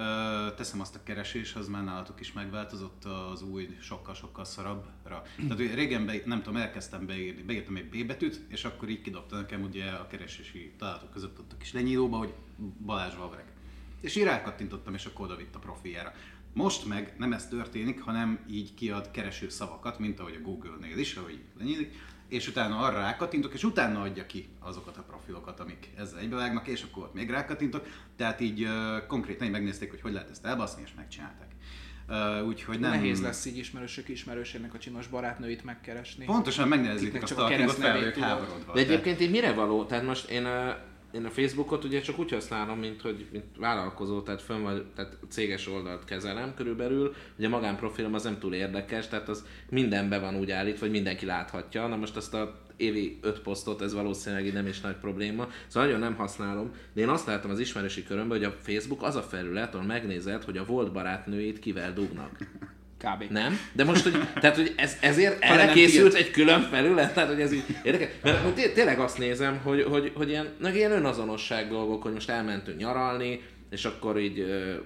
Teszem azt, a keresés, az már nálatok is megváltozott az új, sokkal-sokkal szarabbra. Tehát régen, nem tudom, elkezdtem beírtam egy B betűt, és akkor így kidobta nekem ugye a keresési találatok között ott a kis lenyílóba, hogy Balázs Vavreg. És így rákattintottam, és akkor oda vitt a profiljára. Most meg nem ez történik, hanem így kiad kereső szavakat, mint ahogy a Google-nél is, ahogy lenyílik, és utána arra rákattintok, és utána adja ki azokat a profilokat, amik ezzel egybevágnak, és akkor ott még rákattintok. Tehát így konkrétan így megnézték, hogy lehet ezt elbaszni, és megcsinálták. Úgyhogy nem... Nehéz lesz így ismerősének a csinos barátnőit megkeresni. Pontosan megnevezzétek a stalkingot, fel vagyok háborodva. De egyébként így mire való? Tehát most én a Facebookot ugye csak úgy használom, mint vállalkozó, tehát tehát céges oldalt kezelem körülbelül. Ugye a magánprofilom az nem túl érdekes, tehát az mindenbe van úgy állítva, hogy mindenki láthatja. Na most azt a évi 5 posztot, ez valószínűleg nem is nagy probléma. Szóval nagyon nem használom, de én azt látom az ismerősi körömben, hogy a Facebook az a felület, ahol megnézed, hogy a volt barátnőit kivel dugnak. Kb. Nem? De most, hogy ezért erre készült egy külön felület? Tehát, hogy ez így érdekes. Mert tényleg azt nézem, hogy ilyen önazonosság dolgok, hogy most elmentünk nyaralni, és akkor így...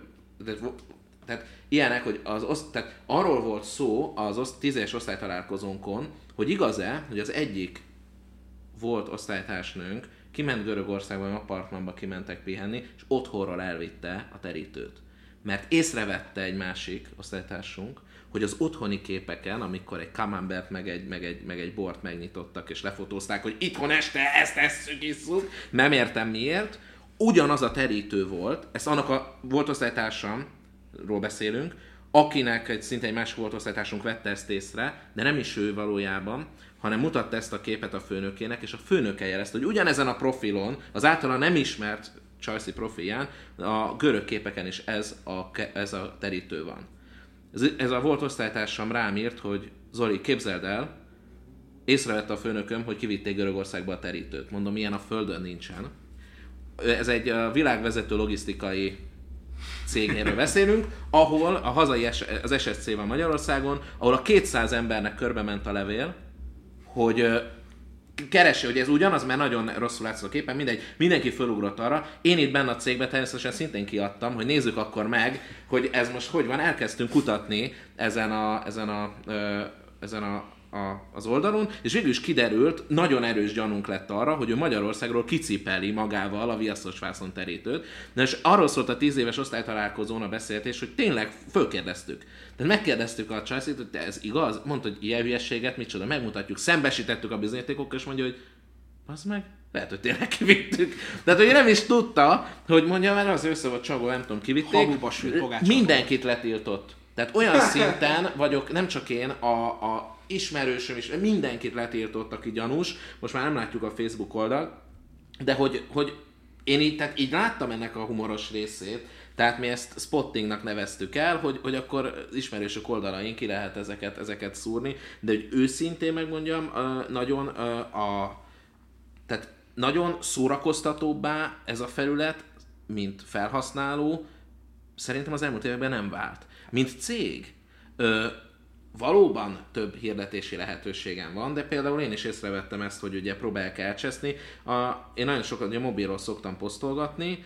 Tehát ilyenek, hogy tehát arról volt szó az 10-es osztálytalálkozónkon, hogy igaz-e, hogy az egyik volt osztálytársnőnk kiment Görögországba, vagy apartmanba kimentek pihenni, és otthonról elvitte a terítőt. Mert észrevette egy másik osztálytársunk, hogy az otthoni képeken, amikor egy camembert meg egy bort megnyitottak és lefotózták, hogy itthon este ezt tesszük, isszuk, nem értem miért, ugyanaz a terítő volt, ezt annak a volt osztálytársamról beszélünk, akinek szinte egy másik volt osztálytársunk vette ezt észre, de nem is ő valójában, hanem mutatta ezt a képet a főnökének, és a főnöke jelezte, hogy ugyanezen a profilon, az általa nem ismert Csajci profilján, a görög képeken is ez a terítő van. Ez a volt osztálytársam rám írt, hogy Zoli, képzeld el, észrevette a főnököm, hogy kivitték Görögországba a terítőt. Mondom, ilyen a földön nincsen. Ez egy világvezető logisztikai cégéről beszélünk, ahol a hazai az SSC van Magyarországon, ahol a 200 embernek körbe ment a levél, hogy keresi, hogy ez ugyanaz, mert nagyon rosszul látszik a képen, mindegy, mindenki fölugrott arra. Én itt benne a cégben természetesen szintén kiadtam, hogy nézzük akkor meg, hogy ez most hogy van. Elkezdtünk kutatni ezen a az oldalon, és végül is kiderült, nagyon erős gyanunk lett arra, hogy ő Magyarországról kicipeli magával a viaszosvászon terítőt. Na és arról szólt a 10 éves osztálytalálkozón a beszélgetés, hogy tényleg fölkérdeztük. Tehát megkérdeztük a Csajszit, hogy ez igaz? Mondta, hogy ilyen hülyeséget, micsoda, megmutatjuk, szembesítettük a bizonyítékokkal, és mondja, hogy az meg, lehet, hogy tényleg kivittük. Tehát, hogy nem is tudta, hogy mondja, mert az össze volt csagol, nem tudom, kivitték. Mindenkit letiltott. Tehát olyan szinten vagyok, nem csak én, a ismerősöm is, mindenkit letiltott, aki gyanús. Most már nem látjuk a Facebook oldalt, de hogy én így láttam ennek a humoros részét, tehát mi ezt spottingnak neveztük el, hogy akkor ismerősök oldalain ki lehet ezeket szúrni, de hogy őszintén megmondjam, tehát nagyon szórakoztatóbbá ez a felület, mint felhasználó, szerintem az elmúlt években nem vált. Mint cég, valóban több hirdetési lehetőségem van, de például én is észrevettem ezt, hogy ugye próbálják elcseszni. Én nagyon sokat a mobilról szoktam posztolgatni,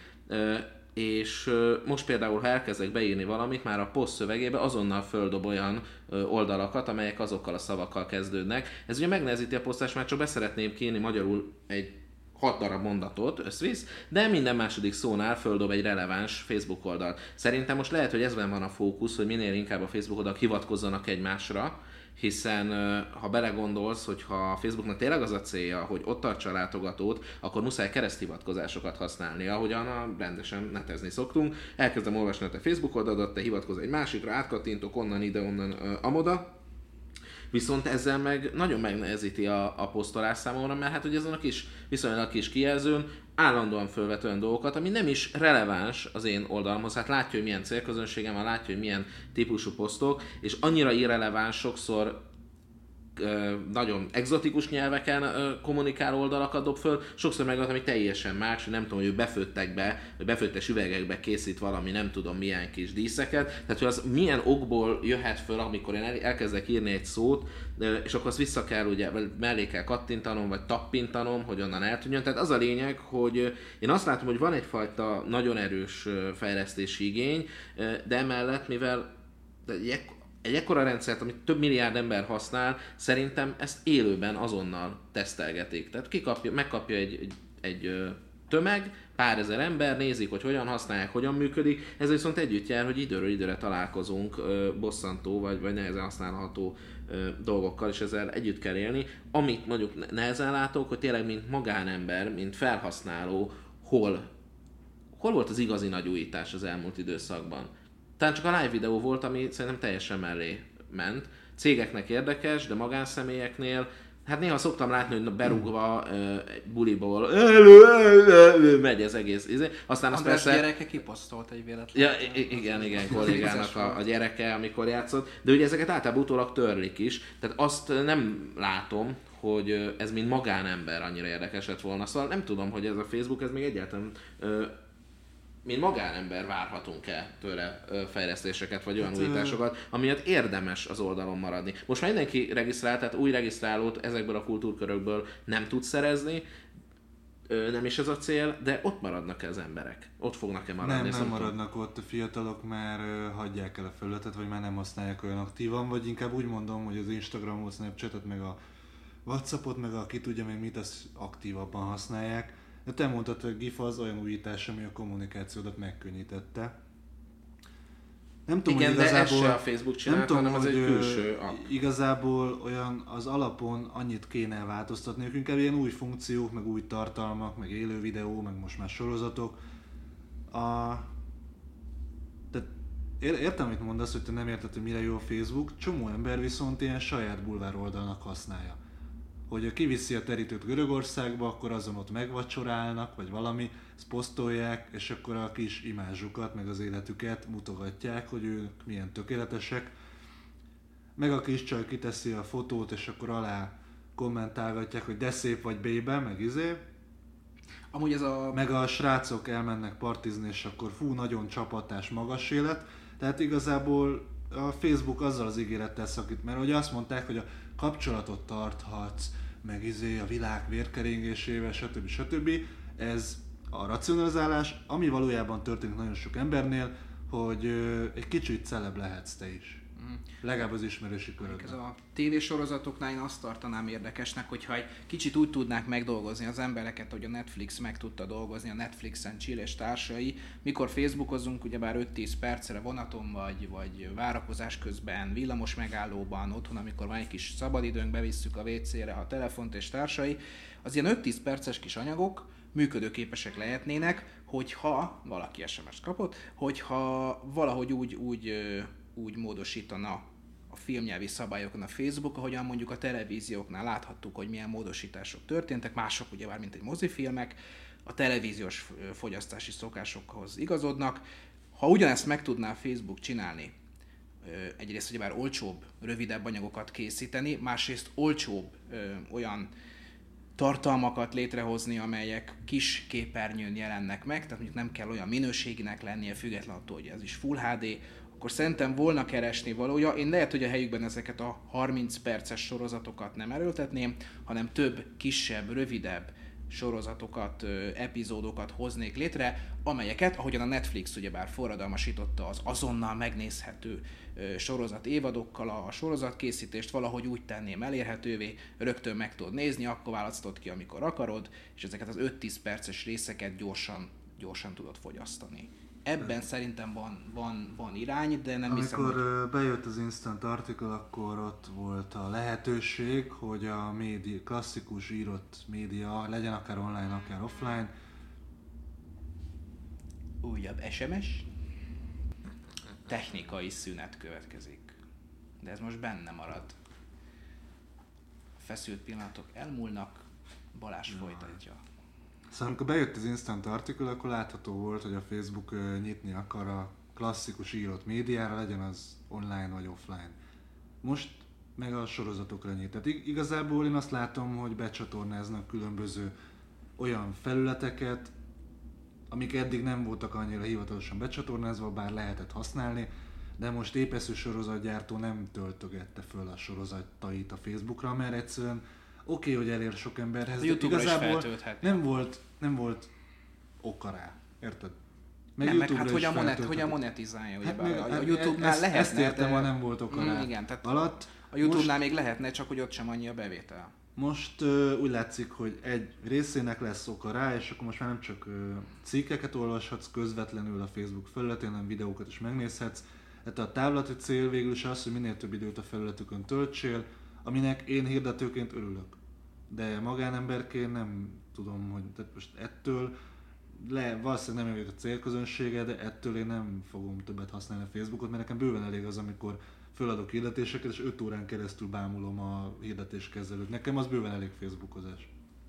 és most például, ha elkezdek beírni valamit, már a poszt szövegébe azonnal földob olyan oldalakat, amelyek azokkal a szavakkal kezdődnek. Ez ugye megnehezíti a posztást, már csak beszeretném kiírni magyarul egy 6 darab mondatot összvisz, de minden második szónál földob egy releváns Facebook oldalt. Szerintem most lehet, hogy ezben van a fókusz, hogy minél inkább a Facebook oldalak hivatkozzanak egymásra, hiszen ha belegondolsz, hogy ha a Facebooknak tényleg az a célja, hogy ott tartsa a látogatót, akkor muszáj kereszthivatkozásokat használni, ahogyan rendesen netezni szoktunk. Elkezdem olvasni a te Facebook oldaladat, te hivatkozz egy másikra, átkattintok onnan ide, onnan amoda. Viszont ezzel meg nagyon megnehezíti a posztolás számomra, mert hát ugye ezen a viszonylag kis kijelzőn állandóan fölvet olyan dolgokat, ami nem is releváns az én oldalamhoz. Hát látja, hogy milyen célközönségem van, látja, hogy milyen típusú posztok, és annyira irreleváns sokszor nagyon egzotikus nyelveken kommunikáló oldalakat dob föl, sokszor meg ami teljesen más, hogy nem tudom, hogy ő befőttes üvegekbe készít valami, nem tudom milyen kis díszeket, tehát hogy az milyen okból jöhet föl, amikor én elkezdek írni egy szót, és akkor azt vissza kell, ugye, mellé kell kattintanom, vagy tappintanom, hogy onnan eltűnjön. Tehát az a lényeg, hogy én azt látom, hogy van egyfajta nagyon erős fejlesztési igény, de emellett, mivel egy ekkora rendszert, amit több milliárd ember használ, szerintem ezt élőben azonnal tesztelgetik. Tehát megkapja egy tömeg, pár ezer ember, nézik, hogy hogyan használják, hogyan működik. Ez viszont együtt jár, hogy időről időre találkozunk bosszantó vagy nehezen használható dolgokkal, és ezzel együtt kell élni. Amit mondjuk nehezen látok, hogy tényleg mint magánember, mint felhasználó, hol volt az igazi nagy újítás az elmúlt időszakban. Talán csak a live videó volt, ami szerintem teljesen mellé ment. Cégeknek érdekes, de magánszemélyeknél, hát néha szoktam látni, hogy berúgva egy buliból megy ez egész. Aztán az persze... gyereke kiposztolt egy véletlen. Ja, igen, kollégának a gyereke, amikor játszott. De ugye ezeket általában utólag törlik is. Tehát azt nem látom, hogy ez mint magánember annyira érdekes lett volna. Szóval nem tudom, hogy ez a Facebook, ez még egyáltalán... mint magánember várhatunk-e tőle fejlesztéseket, vagy olyan újításokat, amiatt érdemes az oldalon maradni. Most már mindenki regisztrál, tehát új regisztrálót ezekből a kultúrkörökből nem tud szerezni, nem is ez a cél, de ott maradnak-e az emberek? Ott fognak-e maradni? Nem maradnak ott, a fiatalok már hagyják el a felületet, vagy már nem használják olyan aktívan, vagy inkább úgy mondom, hogy az Instagramot, Snapchatot, meg a Whatsappot, meg a ki tudja még mit, azt aktívabban használják. De te mondtad, hogy GIF az olyan újítás, ami a kommunikációdat megkönnyítette. Nem tudom, igen, hogy igazából, de ez se a Facebook csinálta, hanem az egy külső app. Igazából olyan az alapon annyit kéne változtatni, hogy inkább ilyen új funkciók, meg új tartalmak, meg élő videó, meg most már sorozatok. Értem, amit mondasz, hogy te nem érted, hogy mire jó a Facebook, csomó ember viszont ilyen saját bulvár oldalnak használja. Hogy kiviszi a terítőt Görögországba, akkor azon ott megvacsorálnak, vagy valami, ezt posztolják, és akkor a kis imázsukat, meg az életüket mutogatják, hogy ők milyen tökéletesek. Meg a kis csaj kiteszi a fotót, és akkor alá kommentálgatják, hogy de szép vagy bébe, meg Amúgy ez meg a srácok elmennek partizni, és akkor nagyon csapatás, magas élet. Tehát igazából a Facebook azzal az ígérettel szakít, mert ugye azt mondták, hogy a kapcsolatot tarthatsz, meg a világ vérkeringésével, stb. Ez a racionalizálás, ami valójában történik nagyon sok embernél, hogy egy kicsit celeb lehetsz te is. Legalább az ismerősi körökben. Ez a tévésorozatoknál én azt tartanám érdekesnek, hogyha egy kicsit úgy tudnák megdolgozni az embereket, hogy a Netflix meg tudta dolgozni, a Netflixen Chill és társai. Mikor Facebookozunk, ugyebár 5-10 percre vonaton vagy várakozás közben, villamos megállóban, otthon, amikor van egy kis szabadidőnk, bevisszük a WC-re a telefont és társai, az ilyen 5-10 perces kis anyagok működőképesek lehetnének, hogyha valaki SMS-t kapott, hogyha valahogy úgy módosítana a filmnyelvi szabályokon a Facebook, ahogyan mondjuk a televízióknál láthattuk, hogy milyen módosítások történtek, mások ugye már mint egy mozifilmek, a televíziós fogyasztási szokásokhoz igazodnak. Ha ugyanezt meg tudná Facebook csinálni, egyrészt ugyebár olcsóbb, rövidebb anyagokat készíteni, másrészt olcsóbb olyan tartalmakat létrehozni, amelyek kis képernyőn jelennek meg, tehát mondjuk nem kell olyan minőséginek lennie, független attól, hogy ez is Full HD, akkor szerintem volna keresni valója. Én lehet, hogy a helyükben ezeket a 30 perces sorozatokat nem erőltetném, hanem több, kisebb, rövidebb sorozatokat, epizódokat hoznék létre, amelyeket, ahogyan a Netflix ugyebár forradalmasította az azonnal megnézhető sorozat évadokkal a sorozatkészítést, valahogy úgy tenném elérhetővé, rögtön meg tudod nézni, akkor választod ki, amikor akarod, és ezeket az 5-10 perces részeket gyorsan tudod fogyasztani. Ebben szerintem van irány, de nem hiszem, hogy... Amikor bejött az Instant Article, akkor ott volt a lehetőség, hogy a média, klasszikus írott média, legyen akár online, akár offline. Újabb SMS. Technikai szünet következik. De ez most benne marad. Feszült pillanatok elmúlnak, Balázs folytatja. Szóval amikor bejött az Instant Article, akkor látható volt, hogy a Facebook nyitni akar a klasszikus írott médiára, legyen az online vagy offline. Most meg a sorozatokra nyit. Tehát igazából én azt látom, hogy becsatornáznak különböző olyan felületeket, amik eddig nem voltak annyira hivatalosan becsatornázva, bár lehetett használni, de most épeszű sorozatgyártó nem töltögette föl a sorozatait a Facebookra, mert egyszerűen oké, hogy elér sok emberhez, de igazából nem volt oka rá, érted? Meg hát hogyan monetizálja, hát a YouTube-nál lehetne, ezt értem, ha nem volt oka rá. Igen, tehát alatt. A YouTube-nál még lehetne, csak hogy ott sem annyi a bevétel. Most úgy látszik, hogy egy részének lesz oka rá, és akkor most már nem csak cikkeket olvashatsz közvetlenül a Facebook felületén, hanem videókat is megnézhetsz. Hát a távlati cél végül is az, hogy minél több időt a felületükön töltsél, aminek én hirdetőként örülök. De magánemberként nem tudom, hogy tehát most ettől valószínűleg nem jövök a célközönsége, de ettől én nem fogom többet használni a Facebookot, mert nekem bőven elég az, amikor föladok hirdetéseket, és 5 órán keresztül bámulom a hirdetéskezelőt. Nekem az bőven elég Facebookozás.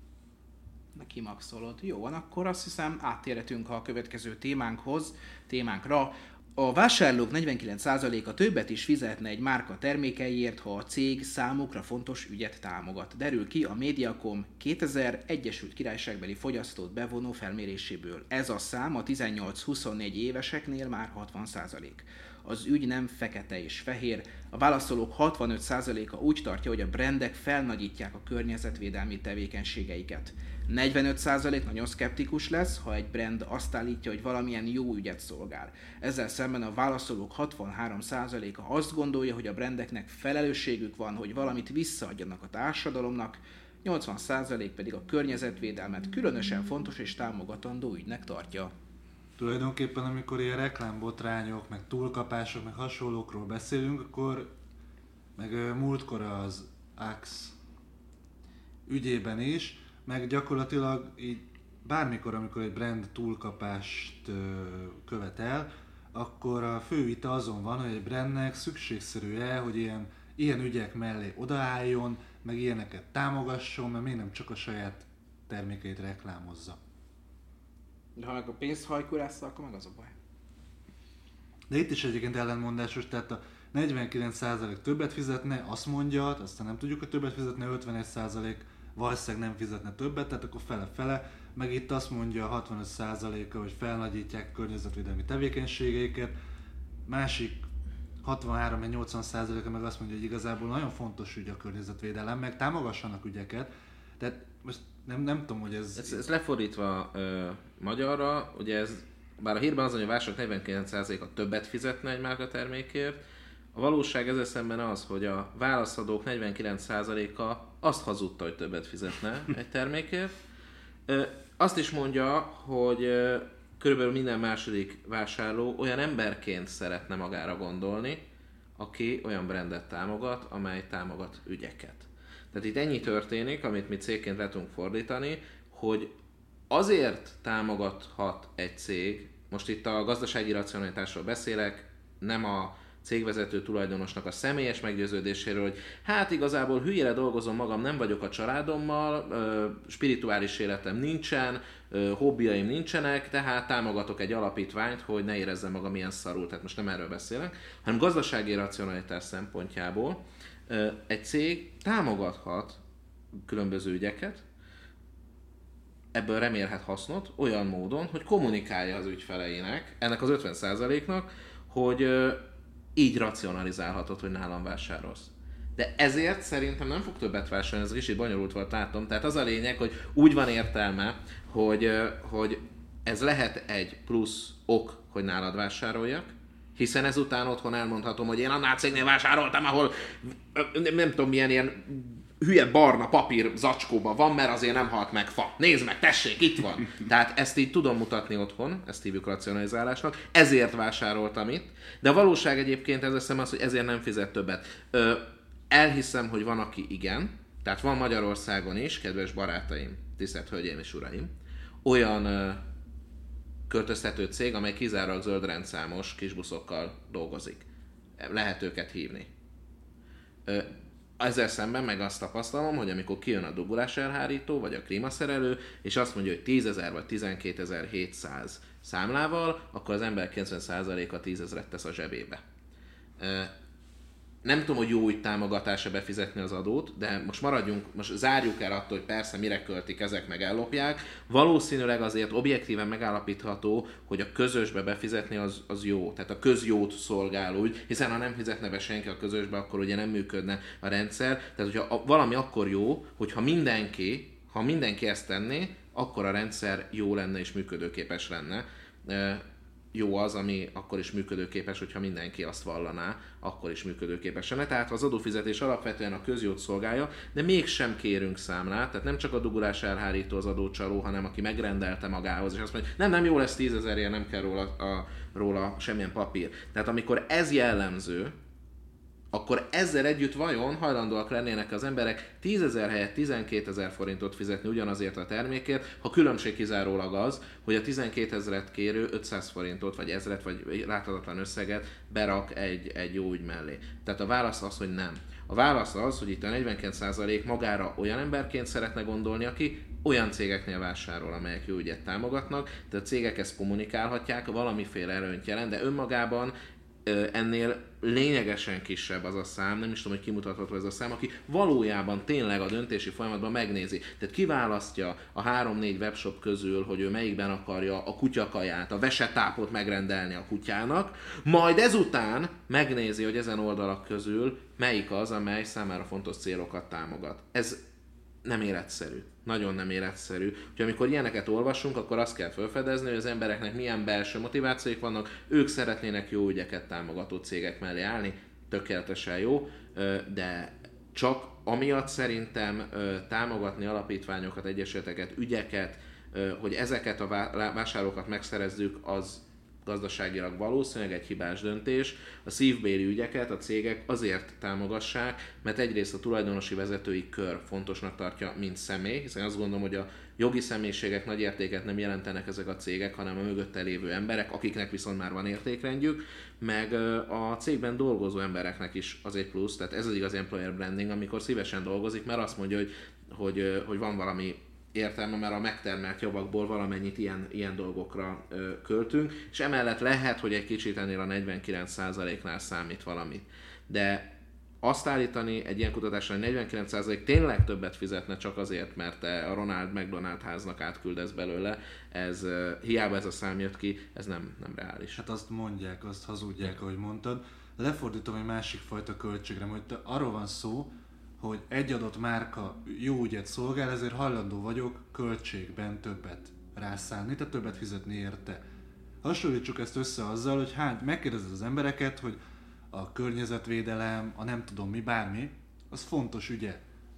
Na kimaxolod. Jó van, akkor azt hiszem áttérhetünk a következő témánkra. A vásárlók 49%-a többet is fizetne egy márka termékeiért, ha a cég számukra fontos ügyet támogat. Derül ki a Mediacom 2000 Egyesült Királyságbeli fogyasztót bevonó felméréséből. Ez a szám a 18-24 éveseknél már 60%. Az ügy nem fekete és fehér. A válaszolók 65%-a úgy tartja, hogy a brandek felnagyítják a környezetvédelmi tevékenységeiket. 45% nagyon szkeptikus lesz, ha egy brand azt állítja, hogy valamilyen jó ügyet szolgál. Ezzel szemben a válaszolók 63%-a azt gondolja, hogy a brandeknek felelősségük van, hogy valamit visszaadjanak a társadalomnak, 80% pedig a környezetvédelmet különösen fontos és támogatandó ügynek tartja. Tulajdonképpen amikor ilyen reklámbotrányok, meg túlkapások, meg hasonlókról beszélünk, akkor meg múltkor az Axe ügyében is, meg gyakorlatilag így bármikor, amikor egy brand túlkapást követel, akkor a fő vita azon van, hogy egy brandnek szükségszerű-e, hogy ilyen ügyek mellé odaálljon, meg ilyeneket támogasson, mert még nem csak a saját termékeit reklámozza. De ha meg a pénzt hajkurásza, akkor meg az a baj. De itt is egyébként ellenmondásos, tehát a 49% többet fizetne, azt mondja, aztán nem tudjuk, hogy többet fizetne, 51% valószínűleg nem fizetne többet, tehát akkor fele-fele, meg itt azt mondja a 65%-a, hogy felnagyítják a környezetvédelmi tevékenységeiket, másik 63-80%-a meg azt mondja, hogy igazából nagyon fontos ügy a környezetvédelem, meg támogassanak ügyeket, tehát most nem tudom, hogy ez lefordítva magyarra, ugye ez, bár a hírben az, hogy a vásárlók 49%-a többet fizetne egy márka termékért, A valóság ezzel szemben az, hogy a válaszadók 49%-a azt hazudta, hogy többet fizetne egy termékért. Azt is mondja, hogy körülbelül minden második vásárló olyan emberként szeretne magára gondolni, aki olyan brandet támogat, amely támogat ügyeket. Tehát itt ennyi történik, amit mi cégként le tudunk fordítani, hogy azért támogathat egy cég, most itt a gazdasági racionalitásról beszélek, nem a cégvezető tulajdonosnak a személyes meggyőződéséről, hogy hát igazából hülyére dolgozom magam, nem vagyok a családommal, spirituális életem nincsen, hobbiaim nincsenek, tehát támogatok egy alapítványt, hogy ne érezzem magam ilyen szarul. Tehát most nem erről beszélek, hanem gazdasági racionalitás szempontjából egy cég támogathat különböző ügyeket, ebből remélhet hasznot olyan módon, hogy kommunikálja az ügyfeleinek, ennek az 50%-nak, hogy így racionalizálhatod, hogy nálam vásárolsz. De ezért szerintem nem fog többet vásárolni, ez kicsit bonyolult volt, látom. Tehát az a lényeg, hogy úgy van értelme, hogy ez lehet egy plusz ok, hogy nálad vásároljak, hiszen ezután otthon elmondhatom, hogy én annál cégnél vásároltam, ahol nem tudom milyen ilyen hülye barna papír zacskóban van, mert azért nem halt meg fa. Nézd meg, tessék, itt van. Tehát ezt így tudom mutatni otthon, ezt hívjuk racionalizálásnak, ezért vásároltam itt, de a valóság egyébként ez az, hogy ezért nem fizet többet. Elhiszem, hogy van, aki igen, tehát van Magyarországon is, kedves barátaim, tisztelt hölgyeim és uraim, olyan költöztető cég, amely kizárólag zöld rendszámos kisbuszokkal dolgozik. Lehet őket hívni. Ezzel szemben meg azt tapasztalom, hogy amikor kijön a dugulás elhárító, vagy a klímaszerelő, és azt mondja, hogy 10.000 vagy 12.700 számlával, akkor az ember 90%-a 10.000-et tesz a zsebébe. Nem tudom, hogy jó úgy támogatása befizetni az adót, de most zárjuk el attól, hogy persze mire költik, ezek meg ellopják. Valószínűleg azért objektíven megállapítható, hogy a közösbe befizetni az jó, tehát a közjót szolgál úgy, hiszen ha nem fizetne be senki a közösbe, akkor ugye nem működne a rendszer. Tehát hogyha valami akkor jó, hogyha mindenki ezt tenné, akkor a rendszer jó lenne és működőképes lenne. Jó az, ami akkor is működőképes, hogyha mindenki azt vallaná, akkor is működőképes lenne. Tehát az adófizetés alapvetően a közjót szolgálja, de mégsem kérünk számlát, tehát nem csak a dugulás elhárító az adócsaló, hanem aki megrendelte magához, és azt mondja, hogy nem jó lesz 10.000-ért, nem kell róla semmilyen papír. Tehát amikor ez jellemző, akkor ezzel együtt vajon hajlandóak lennének az emberek 10.000 helyett 12.000 forintot fizetni ugyanazért a termékért, ha különbség kizárólag az, hogy a 12.000-et kérő 500 forintot, vagy 1000-et, vagy láthatatlan összeget berak egy jó ügy mellé. Tehát a válasz az, hogy nem. A válasz az, hogy itt a 49% magára olyan emberként szeretne gondolni, aki olyan cégeknél vásárol, amelyek jó ügyet támogatnak, de a cégek ezt kommunikálhatják, valamiféle előnyt jelent, de önmagában ennél lényegesen kisebb az a szám, nem is tudom, hogy kimutatható ez a szám, aki valójában tényleg a döntési folyamatban megnézi. Tehát kiválasztja a 3-4 webshop közül, hogy ő melyikben akarja a kutyakaját, a vesetápot megrendelni a kutyának, majd ezután megnézi, hogy ezen oldalak közül melyik az, amely számára fontos célokat támogat. Ez nem életszerű. Nagyon nem életszerű. Úgyhogy amikor ilyeneket olvasunk, akkor azt kell felfedezni, hogy az embereknek milyen belső motivációik vannak, ők szeretnének jó ügyeket támogató cégek mellé állni, tökéletesen jó, de csak amiatt szerintem támogatni alapítványokat, egyesületeket, ügyeket, hogy ezeket a vásárlókat megszerezzük, az gazdaságilag valószínűleg egy hibás döntés. A szívbéli ügyeket a cégek azért támogassák, mert egyrészt a tulajdonosi vezetői kör fontosnak tartja, mint személy, hiszen azt gondolom, hogy a jogi személyiségek nagy értéket nem jelentenek ezek a cégek, hanem a mögötte lévő emberek, akiknek viszont már van értékrendjük, meg a cégben dolgozó embereknek is az egy plusz, tehát ez az igazi employer branding, amikor szívesen dolgozik, mert azt mondja, hogy van valami értelme, mert a megtermelt javakból valamennyit ilyen dolgokra költünk, és emellett lehet, hogy egy kicsit ennél a 49%-nál számít valamit. De azt állítani egy ilyen kutatásra, hogy 49% tényleg többet fizetne csak azért, mert te a Ronald McDonald háznak átküldesz belőle, ez hiába ez a szám jött ki, ez nem reális. Hát azt mondják, azt hazudják, ahogy mondtad. Lefordítom egy másik fajta költségre, hogy arról van szó, hogy egy adott márka jó ügyet szolgál, ezért hajlandó vagyok költségben többet rászállni, tehát többet fizetni érte. Hasonlítsuk ezt össze azzal, hogy megkérdezed az embereket, hogy a környezetvédelem, a nem tudom mi, bármi, az fontos ügye.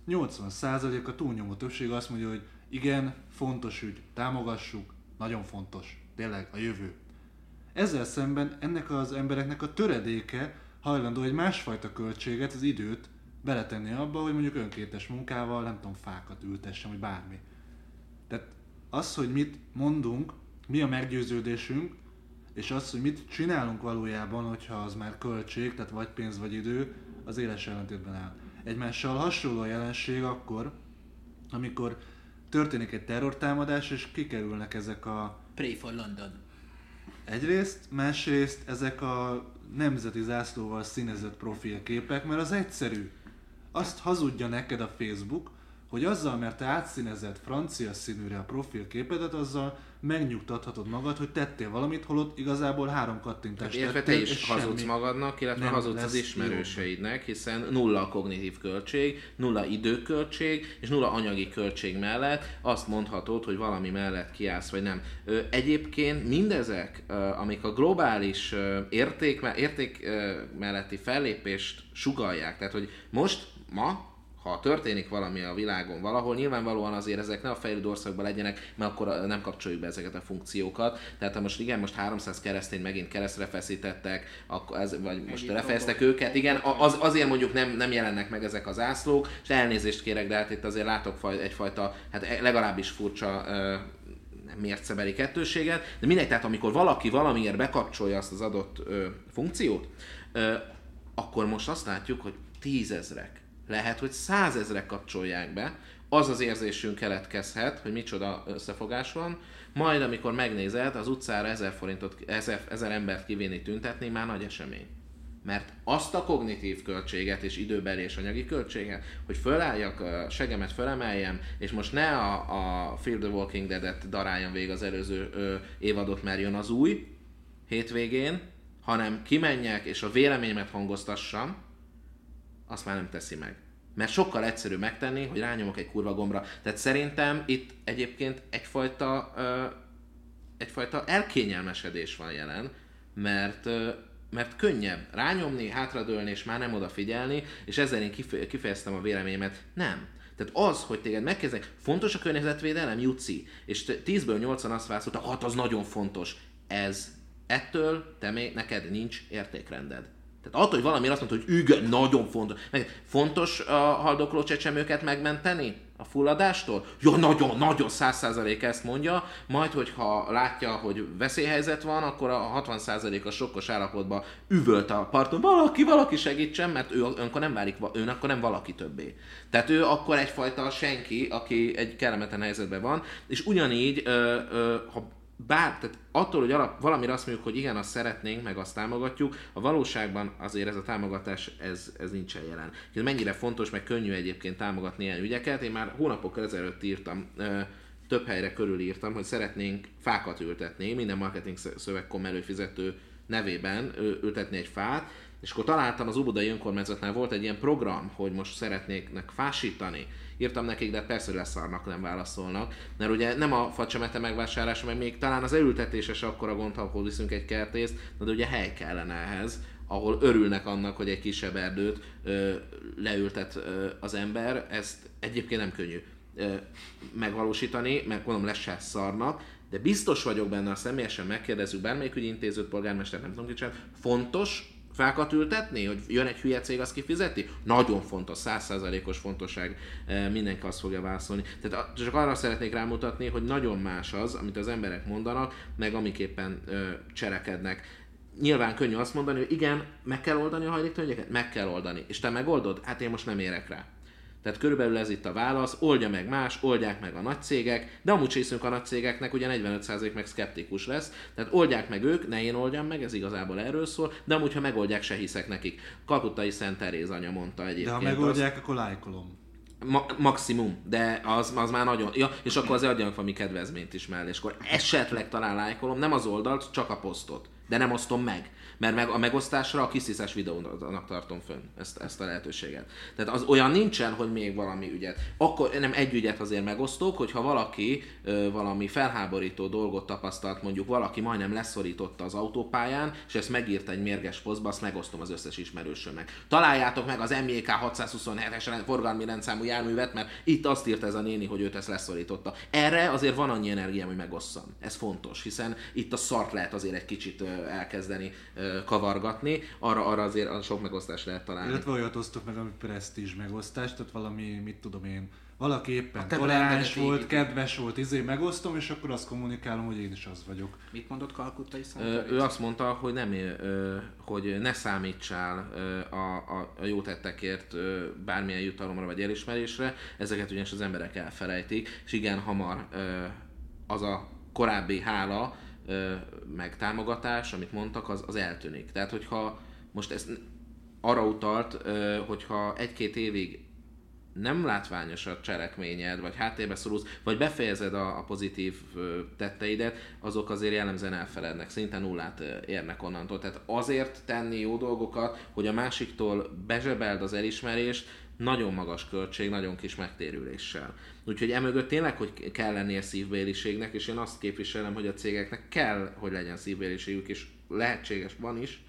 80% a túlnyomó többség azt mondja, hogy igen, fontos ügy, támogassuk, nagyon fontos, tényleg a jövő. Ezzel szemben ennek az embereknek a töredéke hajlandó egy másfajta költséget, az időt beletenni abba, hogy mondjuk önkéntes munkával, nem tudom, fákat ültessem, vagy bármi. Tehát az, hogy mit mondunk, mi a meggyőződésünk, és az, hogy mit csinálunk valójában, hogyha az már költség, tehát vagy pénz, vagy idő, az éles ellentétben áll. Egymással hasonló a jelenség akkor, amikor történik egy terrortámadás, és kikerülnek ezek a... Pray for London. Egyrészt, másrészt ezek a nemzeti zászlóval színezett profilképek, mert az egyszerű. Azt hazudja neked a Facebook, hogy azzal, mert te átszínezed francia színűre a profilképedet, azzal megnyugtathatod magad, hogy tettél valamit, holott igazából 3 kattintást tettél, te is hazudsz magadnak, illetve hazudsz az ismerőseidnek, hiszen nulla a kognitív költség, nulla időköltség és nulla anyagi költség mellett azt mondhatod, hogy valami mellett kiállsz, vagy nem. Egyébként mindezek, amik a globális érték melletti fellépést sugallják, tehát hogy most, ma, ha történik valami a világon valahol, nyilvánvalóan azért ezek ne a fejlődő országban legyenek, mert akkor nem kapcsoljuk be ezeket a funkciókat. Tehát ha most 300 keresztény megint keresztre feszítettek, vagy most lefejeztek őket, igen, azért mondjuk nem jelennek meg ezek az zászlók, és elnézést kérek, de hát itt azért látok egyfajta, hát legalábbis furcsa mércebeli kettőséget, de mindegy, tehát amikor valaki valamiért bekapcsolja azt az adott funkciót, akkor most azt látjuk, hogy 10 000, lehet, hogy 100 000 kapcsolják be, az az érzésünk keletkezhet, hogy micsoda összefogás van, majd amikor megnézed, az utcára 1000 embert kivinni tüntetni már nagy esemény. Mert azt a kognitív költséget és időbeli és anyagi költséget, hogy fölálljak, a segemet fölemeljem, és most ne a Fear the Walking Dead-et daráljam végig az előző évadot, mert jön az új hétvégén, hanem kimenjek és a véleményemet hangoztassam, azt már nem teszi meg. Mert sokkal egyszerűbb megtenni, hogy rányomok egy kurva gombra. Tehát szerintem itt egyébként egyfajta elkényelmesedés van jelen, mert könnyebb rányomni, hátradőlni és már nem odafigyelni, és ezzel én kifejeztem a véleményemet. Nem. Tehát az, hogy téged megkezdek, fontos a környezetvédelem, Juci, és 10-ből 8-an azt válaszoltak, hát az nagyon fontos. Ettől neked nincs értékrended. Tehát attól, hogy valami azt mondta, hogy igen, nagyon fontos. Fontos a haldokló csecsemőket megmenteni a fulladástól? Ja, nagyon 100% ezt mondja, majd hogyha látja, hogy veszélyhelyzet van, akkor a 60% a sokkos állapotban üvölt a parton, valaki segítsen, mert ő akkor nem valaki többé. Tehát ő akkor egyfajta senki, aki egy kellemetlen helyzetben van, és ugyanígy, tehát attól, hogy valamire azt mondjuk, hogy igen, azt szeretnénk, meg azt támogatjuk, a valóságban azért ez a támogatás, ez nincsen jelen. Ez mennyire fontos, meg könnyű egyébként támogatni ilyen ügyeket. Én már hónapokkal ezelőtt írtam, több helyre körülírtam, hogy szeretnénk fákat ültetni, minden marketing szöveg.com előfizető nevében ültetni egy fát, és akkor találtam, az Óbudai Önkormányzatnál volt egy ilyen program, hogy most szeretnéknek fásítani. Írtam nekik, de persze, hogy leszarnak, nem válaszolnak. Mert ugye nem a facsemete megvásárlása, meg még talán az elültetése se akkora gond, ha viszünk egy kertészt, de ugye hely kellene ehhez, ahol örülnek annak, hogy egy kisebb erdőt leültet az ember. Ezt egyébként nem könnyű megvalósítani, mert mondom, le se szarnak, de biztos vagyok benne, ha személyesen megkérdezzük bármelyik ügyintézőt, polgármester, nem tudom kicsit, fontos fákat ültetni, hogy jön egy hülye cég, azt kifizeti? Nagyon fontos, 100%-os fontosság, mindenki azt fogja válaszolni. Tehát csak arra szeretnék rámutatni, hogy nagyon más az, amit az emberek mondanak, meg amiképpen cselekednek. Nyilván könnyű azt mondani, hogy igen, meg kell oldani a hajléktalanügyeket? Meg kell oldani. És te megoldod? Hát én most nem érek rá. Tehát körülbelül ez itt a válasz, oldja meg más, oldják meg a nagy cégek, de amúgy hiszünk a nagy cégeknek, ugye 45% meg szkeptikus lesz, tehát oldják meg ők, ne én oldjam meg, ez igazából erről szól, de amúgy, ha megoldják, se hiszek nekik. Kalkuttai Szent Teréz anya mondta egyébként. De ha megoldják, akkor lájkolom. Maximum, de az már nagyon... Ja, és akkor azért adjanak valami kedvezményt is mellé, és akkor esetleg talán lájkolom, nem az oldalt, csak a posztot, de nem osztom meg. Mert a megosztásra a kisziszes videónak tartom fönn ezt a lehetőséget. Tehát az olyan nincsen, hogy még valami ügyet. Akkor nem egy ügyet azért megosztok, hogyha valaki valami felháborító dolgot tapasztalt, mondjuk valaki majdnem leszorította az autópályán, és ezt megírta egy mérges posztba, azt megosztom az összes ismerősömnek. Találjátok meg az MJK 627-es forgalmi rendszámú járművet, mert itt azt írta ez a néni, hogy őt ezt leszorította. Erre azért van annyi energiám, hogy megosszam. Ez fontos, hiszen itt a szart lehet azért egy kicsit elkezdeni kavargatni, arra azért sok megosztást lehet találni. Illetve olyat osztok meg, ami presztízs megosztás, tehát valami, mit tudom én, valaki éppen toleráns volt, kedves volt, megosztom, és akkor azt kommunikálom, hogy én is az vagyok. Mit mondott Kalkuttai Szent? Ő azt mondta, hogy hogy ne számítsál a jó tettekért bármilyen jutalomra vagy elismerésre, ezeket ugyanis az emberek elfelejtik, és igen hamar az a korábbi hála, meg támogatás, amit mondtak, az eltűnik. Tehát, hogyha most ezt arra utalt, hogyha 1-2 évig nem látványos a cselekményed, vagy háttérbe szorulsz, vagy befejezed a pozitív tetteidet, azok azért jellemzően elfelednek, szinte nullát érnek onnantól. Tehát azért tenni jó dolgokat, hogy a másiktól bezsebeld az elismerést, nagyon magas költség, nagyon kis megtérüléssel. Úgyhogy emögött tényleg, hogy kell lennie szívbéliségnek, és én azt képviselem, hogy a cégeknek kell, hogy legyen szívbéliségük, és lehetséges van is,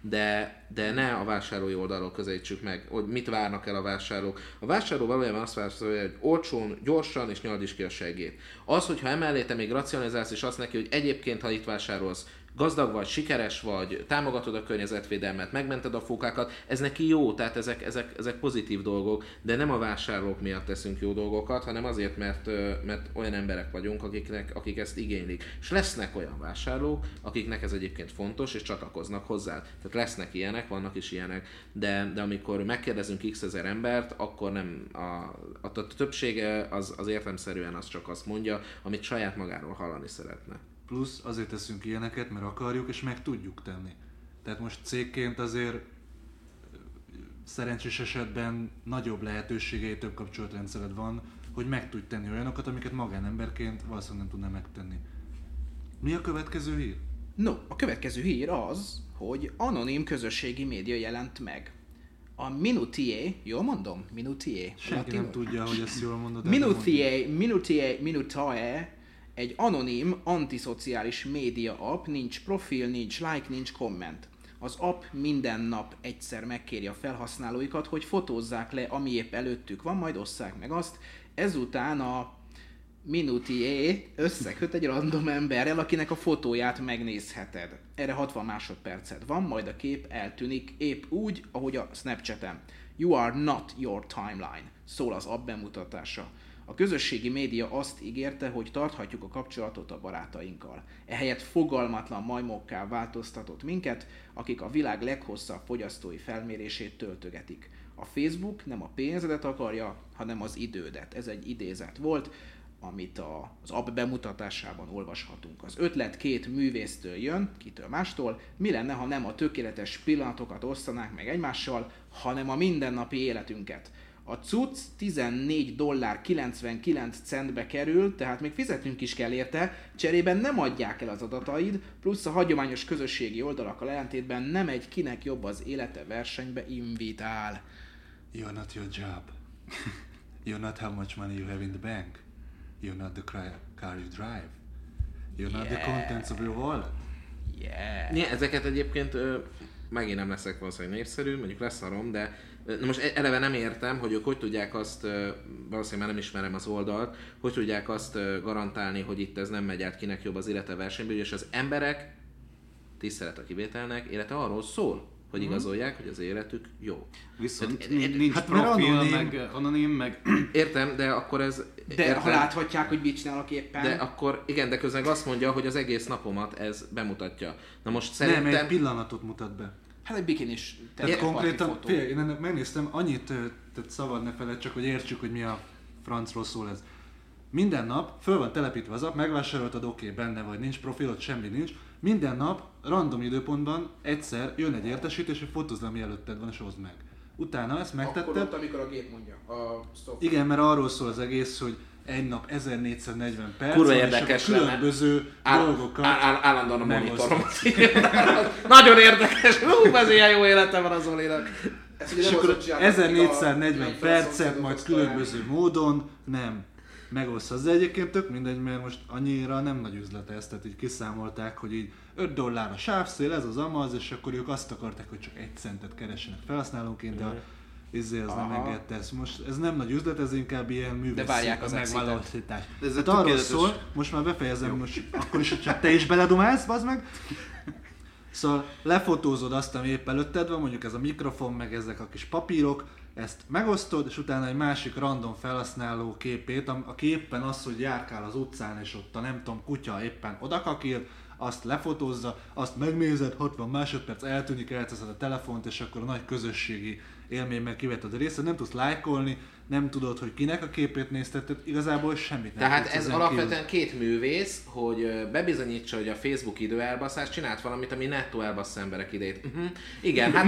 de ne a vásárlói oldalról közelítsük meg, hogy mit várnak el a vásárlók. A vásárló valójában azt vásárolja, hogy olcsón, gyorsan és nyaldis ki a seggét. Az, hogyha emellé te még racionalizálsz, és azt neki, hogy egyébként, ha itt vásárolsz, gazdag vagy, sikeres vagy, támogatod a környezetvédelmet, megmented a fókákat, ez neki jó, tehát ezek pozitív dolgok, de nem a vásárlók miatt teszünk jó dolgokat, hanem azért, mert olyan emberek vagyunk, akik ezt igénylik. És lesznek olyan vásárlók, akiknek ez egyébként fontos, és csatlakoznak hozzá. Tehát lesznek ilyenek, vannak is ilyenek, de amikor megkérdezünk x ezer embert, akkor nem a többsége az értelemszerűen az csak azt mondja, amit saját magáról hallani szeretne. Plusz azért teszünk ilyeneket, mert akarjuk és meg tudjuk tenni. Tehát most cégként azért szerencsés esetben nagyobb lehetőségei, több kapcsolatrendszered van, hogy meg tudj tenni olyanokat, amiket magánemberként valószínűleg nem tudná megtenni. Mi a következő hír? No, a következő hír az, hogy anonim közösségi média jelent meg. A Minutiae, jól mondom? Minutiae? Senki nem tudja, hogy ezt jól mondod. Minutiae, egy anonim, antiszociális média app, nincs profil, nincs like, nincs komment. Az app minden nap egyszer megkéri a felhasználóikat, hogy fotózzák le, ami épp előttük van, majd osszák meg azt. Ezután a Minutiae összeköt egy random emberrel, akinek a fotóját megnézheted. Erre 60 másodperced van, majd a kép eltűnik épp úgy, ahogy a Snapchaten. You are not your timeline, szól az app bemutatása. A közösségi média azt ígérte, hogy tarthatjuk a kapcsolatot a barátainkkal. Ehelyett fogalmatlan majmokká változtatott minket, akik a világ leghosszabb fogyasztói felmérését töltögetik. A Facebook nem a pénzedet akarja, hanem az idődet. Ez egy idézet volt, amit az app bemutatásában olvashatunk. Az ötlet 2 művésztől jön, kitől mástól, mi lenne, ha nem a tökéletes pillanatokat osztanák meg egymással, hanem a mindennapi életünket. A cucc $14.99 kerül, tehát még fizetnünk is kell érte, cserében nem adják el az adataid, plusz a hagyományos közösségi oldalakkal ellentétben nem egy kinek jobb az élete versenybe invitál. You're not your job. You're not how much money you have in the bank. You're not the car you drive. You're not the contents of your wallet. Yeah. Ezeket egyébként megint nem leszek valószínűleg népszerű, mondjuk leszarom, de most eleve nem értem, hogy ők hogy tudják azt, valószínűleg már nem ismerem az oldalt, hogy tudják azt garantálni, hogy itt ez nem megy át kinek jobb az élete versenyből, és az emberek, tisztelet a kivételnek, élete arról szól, hogy igazolják, hogy az életük jó. Viszont nincs profil, meg anonim, meg... Értem, de akkor ez... De ha láthatják, hogy mit csinálok éppen... De akkor, igen, de közben azt mondja, hogy az egész napomat ez bemutatja. Na most szerintem... Nem, egy pillanatot mutat be. Hát egy bikinis tehát konkrétan, én ennek megnéztem, annyit, tehát szabad ne feled, csak hogy értsük, hogy mi a francról szól ez. Minden nap föl van telepítve az app, megvásároltad, oké, benne vagy, nincs profilod, semmi nincs. Minden nap, random időpontban egyszer jön egy értesítés, hogy fotózd le, mi előtted van, és hozd meg. Utána ezt megtetted. Akkor ott, amikor a gép mondja. A stop. Igen, mert arról szól az egész, hogy egy nap 1440 perc, kurva és érdekes akkor különböző dolgokat állandóan a monitoromat. Nagyon érdekes. Ez ilyen jó élete van az Olinak. És akkor 1440 percet, majd különböző módon nem megoszthatsz. De egyébként tök mindegy, mert most annyira nem nagy üzlet ez, tehát így kiszámolták, hogy így $5 a sávszél, ez az amaz, és akkor ők azt akarták, hogy csak 1 centet keressenek felhasználónként, de ez nem engedte ezt. Most ez nem nagy üzlet, ez inkább ilyen művészi megvalósítás. Tehát arról szól, most már befejezem, most akkor is, hogyha te is beledumálsz, bazd meg. Szóval lefotózod azt, ami épp előtted van, mondjuk ez a mikrofon, meg ezek a kis papírok, ezt megosztod, és utána egy másik random felhasználó képét, aki éppen az, hogy járkál az utcán, és ott a nem tudom, kutya éppen odakakír, azt lefotózza, azt megnézed, 60 másodperc eltűnik, elteszed a telefont, és akkor a nagy közösségi élményben kivetted a részt, nem tudsz lájkolni, nem tudod, hogy kinek a képét nézted, igazából semmit nem. Tehát ez alapvetően két művész, hogy bebizonyítsa, hogy a Facebook időelbaszás csinált valamit, ami nettó elbassza emberek idejét. Igen, hát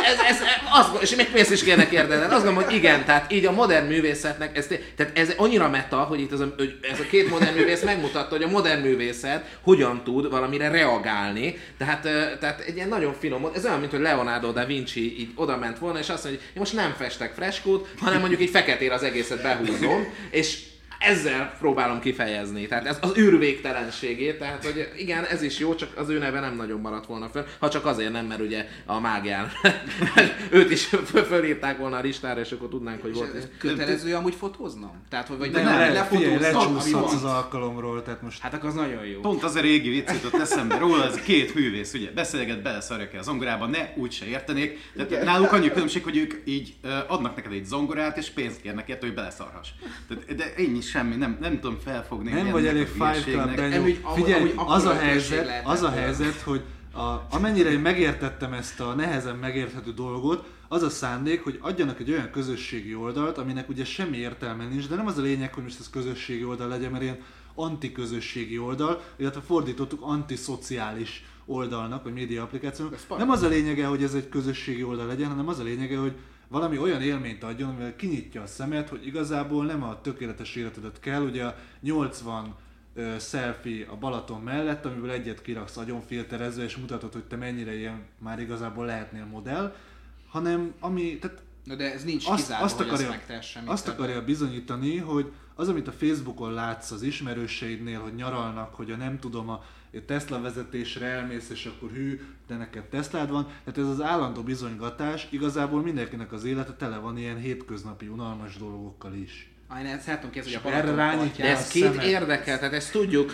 és még pénzt is kérnek érdemben. Azt gondolom, hogy igen, tehát így a modern művészetnek, tehát ez annyira meta, hogy itt ez a két modern művész megmutatta, hogy a modern művészet hogyan tud valamire reagálni. Tehát egy ilyen nagyon finom, ez olyan, mint hogy Leonardo da Vinci így oda ment volna, és azt mondja, hogy én most nem festek freskót, hanem mondjuk így feketére az egészet behúzom, és ezzel próbálom kifejezni. Tehát ez az űrvégtelenségét, tehát hogy igen, ez is jó, csak az ő neve nem nagyon maradt volna föl, ha csak azért nem, mert ugye a mágián őt is fölírták volna a listára, és akkor tudnánk, hogy volt. És kötelező amúgy fotóznom? Tehát, hogy lecsúszhatsz az alkalomról, tehát most... Hát akkor az nagyon jó. Pont az a régi vicc jutott eszembe róla, ez két művész, ugye, beszélget, beleszarják el a zongorában, ne úgyse értenék. Tehát náluk annyi különbség, hogy ők így adnak neked egy zongorát, és pénzt kérnek érte, hogy beleszarhass. De ennyi semmi, nem tudom felfogni. Nem vagy elég Fight Club-ben. Figyelj, az a helyzet, hogy amennyire én megértettem ezt a nehezen megérthető dolgot, az a szándék, hogy adjanak egy olyan közösségi oldalt, aminek ugye semmi értelme nincs, de nem az a lényeg, hogy most ez közösségi oldal legyen, mert ilyen antiközösségi oldal, illetve fordítottuk antiszociális oldalnak, vagy média applikációnak. Nem az a lényege, hogy ez egy közösségi oldal legyen, hanem az a lényege, hogy valami olyan élményt adjon, amivel kinyitja a szemed, hogy igazából nem a tökéletes életedet kell, ugye a 80 selfie a Balaton mellett, amiből egyet kiraksz agyonfilterezve, és mutatod, hogy te mennyire ilyen már igazából lehetnél modell, hanem ami, tehát de ez nincs kizárva, hogy ezt megtehessen. Azt akarja bizonyítani, hogy az, amit a Facebookon látsz az ismerőseidnél, hogy nyaralnak, hogy nem tudom, a Tesla vezetésre elmész, és akkor hű, de neked Teslád van. Tehát ez az állandó bizonygatás, igazából mindenkinek az élete tele van ilyen hétköznapi unalmas dolgokkal is. Én ezt szeretném kérdezni, hogy a Balaton. De ez két érdekel, tehát ezt tudjuk,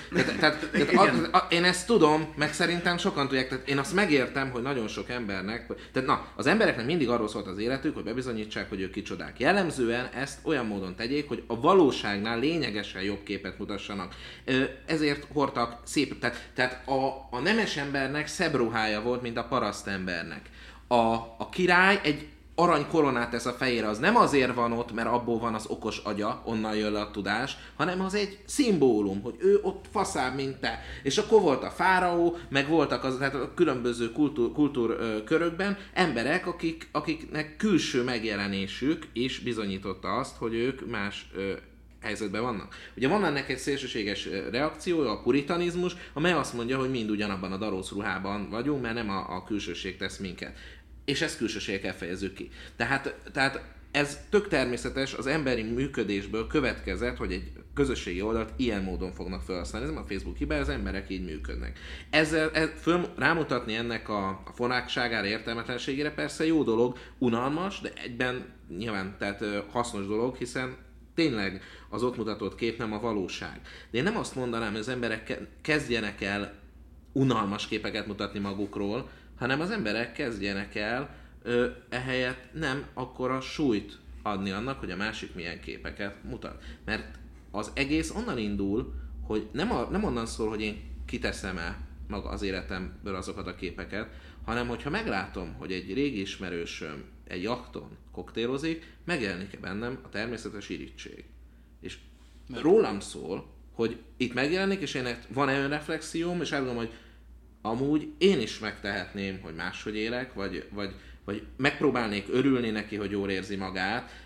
én ezt tudom, meg szerintem sokan tudják, tehát én azt megértem, hogy nagyon sok embernek, tehát az embereknek mindig arról szólt az életük, hogy bebizonyítsák, hogy ők kicsodák. Jellemzően ezt olyan módon tegyék, hogy a valóságnál lényegesen jobb képet mutassanak. Ezért hordtak szép, tehát a nemes embernek szebb ruhája volt, mint a parasztembernek. A király egy arany koronát tesz a fejére, az nem azért van ott, mert abból van az okos agya, onnan jön le a tudás, hanem az egy szimbólum, hogy ő ott faszább, mint te. És akkor volt a fáraó, meg voltak tehát a különböző kultúrkörökben emberek, akiknek külső megjelenésük is bizonyította azt, hogy ők más helyzetben vannak. Ugye van ennek egy szélsőséges reakciója, a puritanizmus, amely azt mondja, hogy mind ugyanabban a darósz ruhában vagyunk, mert nem a külsőség tesz minket. És ezt külsőséggel fejezzük ki. Tehát ez tök természetes, az emberi működésből következett, hogy egy közösségi oldalt ilyen módon fognak felhasználni. Ez nem a Facebook hiba, az emberek így működnek. Rámutatni ennek a fonákságára, értelmetlenségére persze jó dolog, unalmas, de egyben nyilván tehát hasznos dolog, hiszen tényleg az ott mutatott kép nem a valóság. De én nem azt mondanám, hogy az emberek kezdjenek el unalmas képeket mutatni magukról, hanem az emberek kezdjenek el ehelyett nem akkora súlyt adni annak, hogy a másik milyen képeket mutat. Mert az egész onnan indul, hogy nem onnan szól, hogy én kiteszem el maga az életemből azokat a képeket, hanem hogyha meglátom, hogy egy régi ismerősöm egy jachton koktélozik, megjelenik bennem a természetes irigység. És rólam szól, hogy itt megjelenik, és én van-e önreflexióm, és elgondolom, hogy amúgy én is megtehetném, hogy máshogy élek, vagy megpróbálnék örülni neki, hogy jól érzi magát,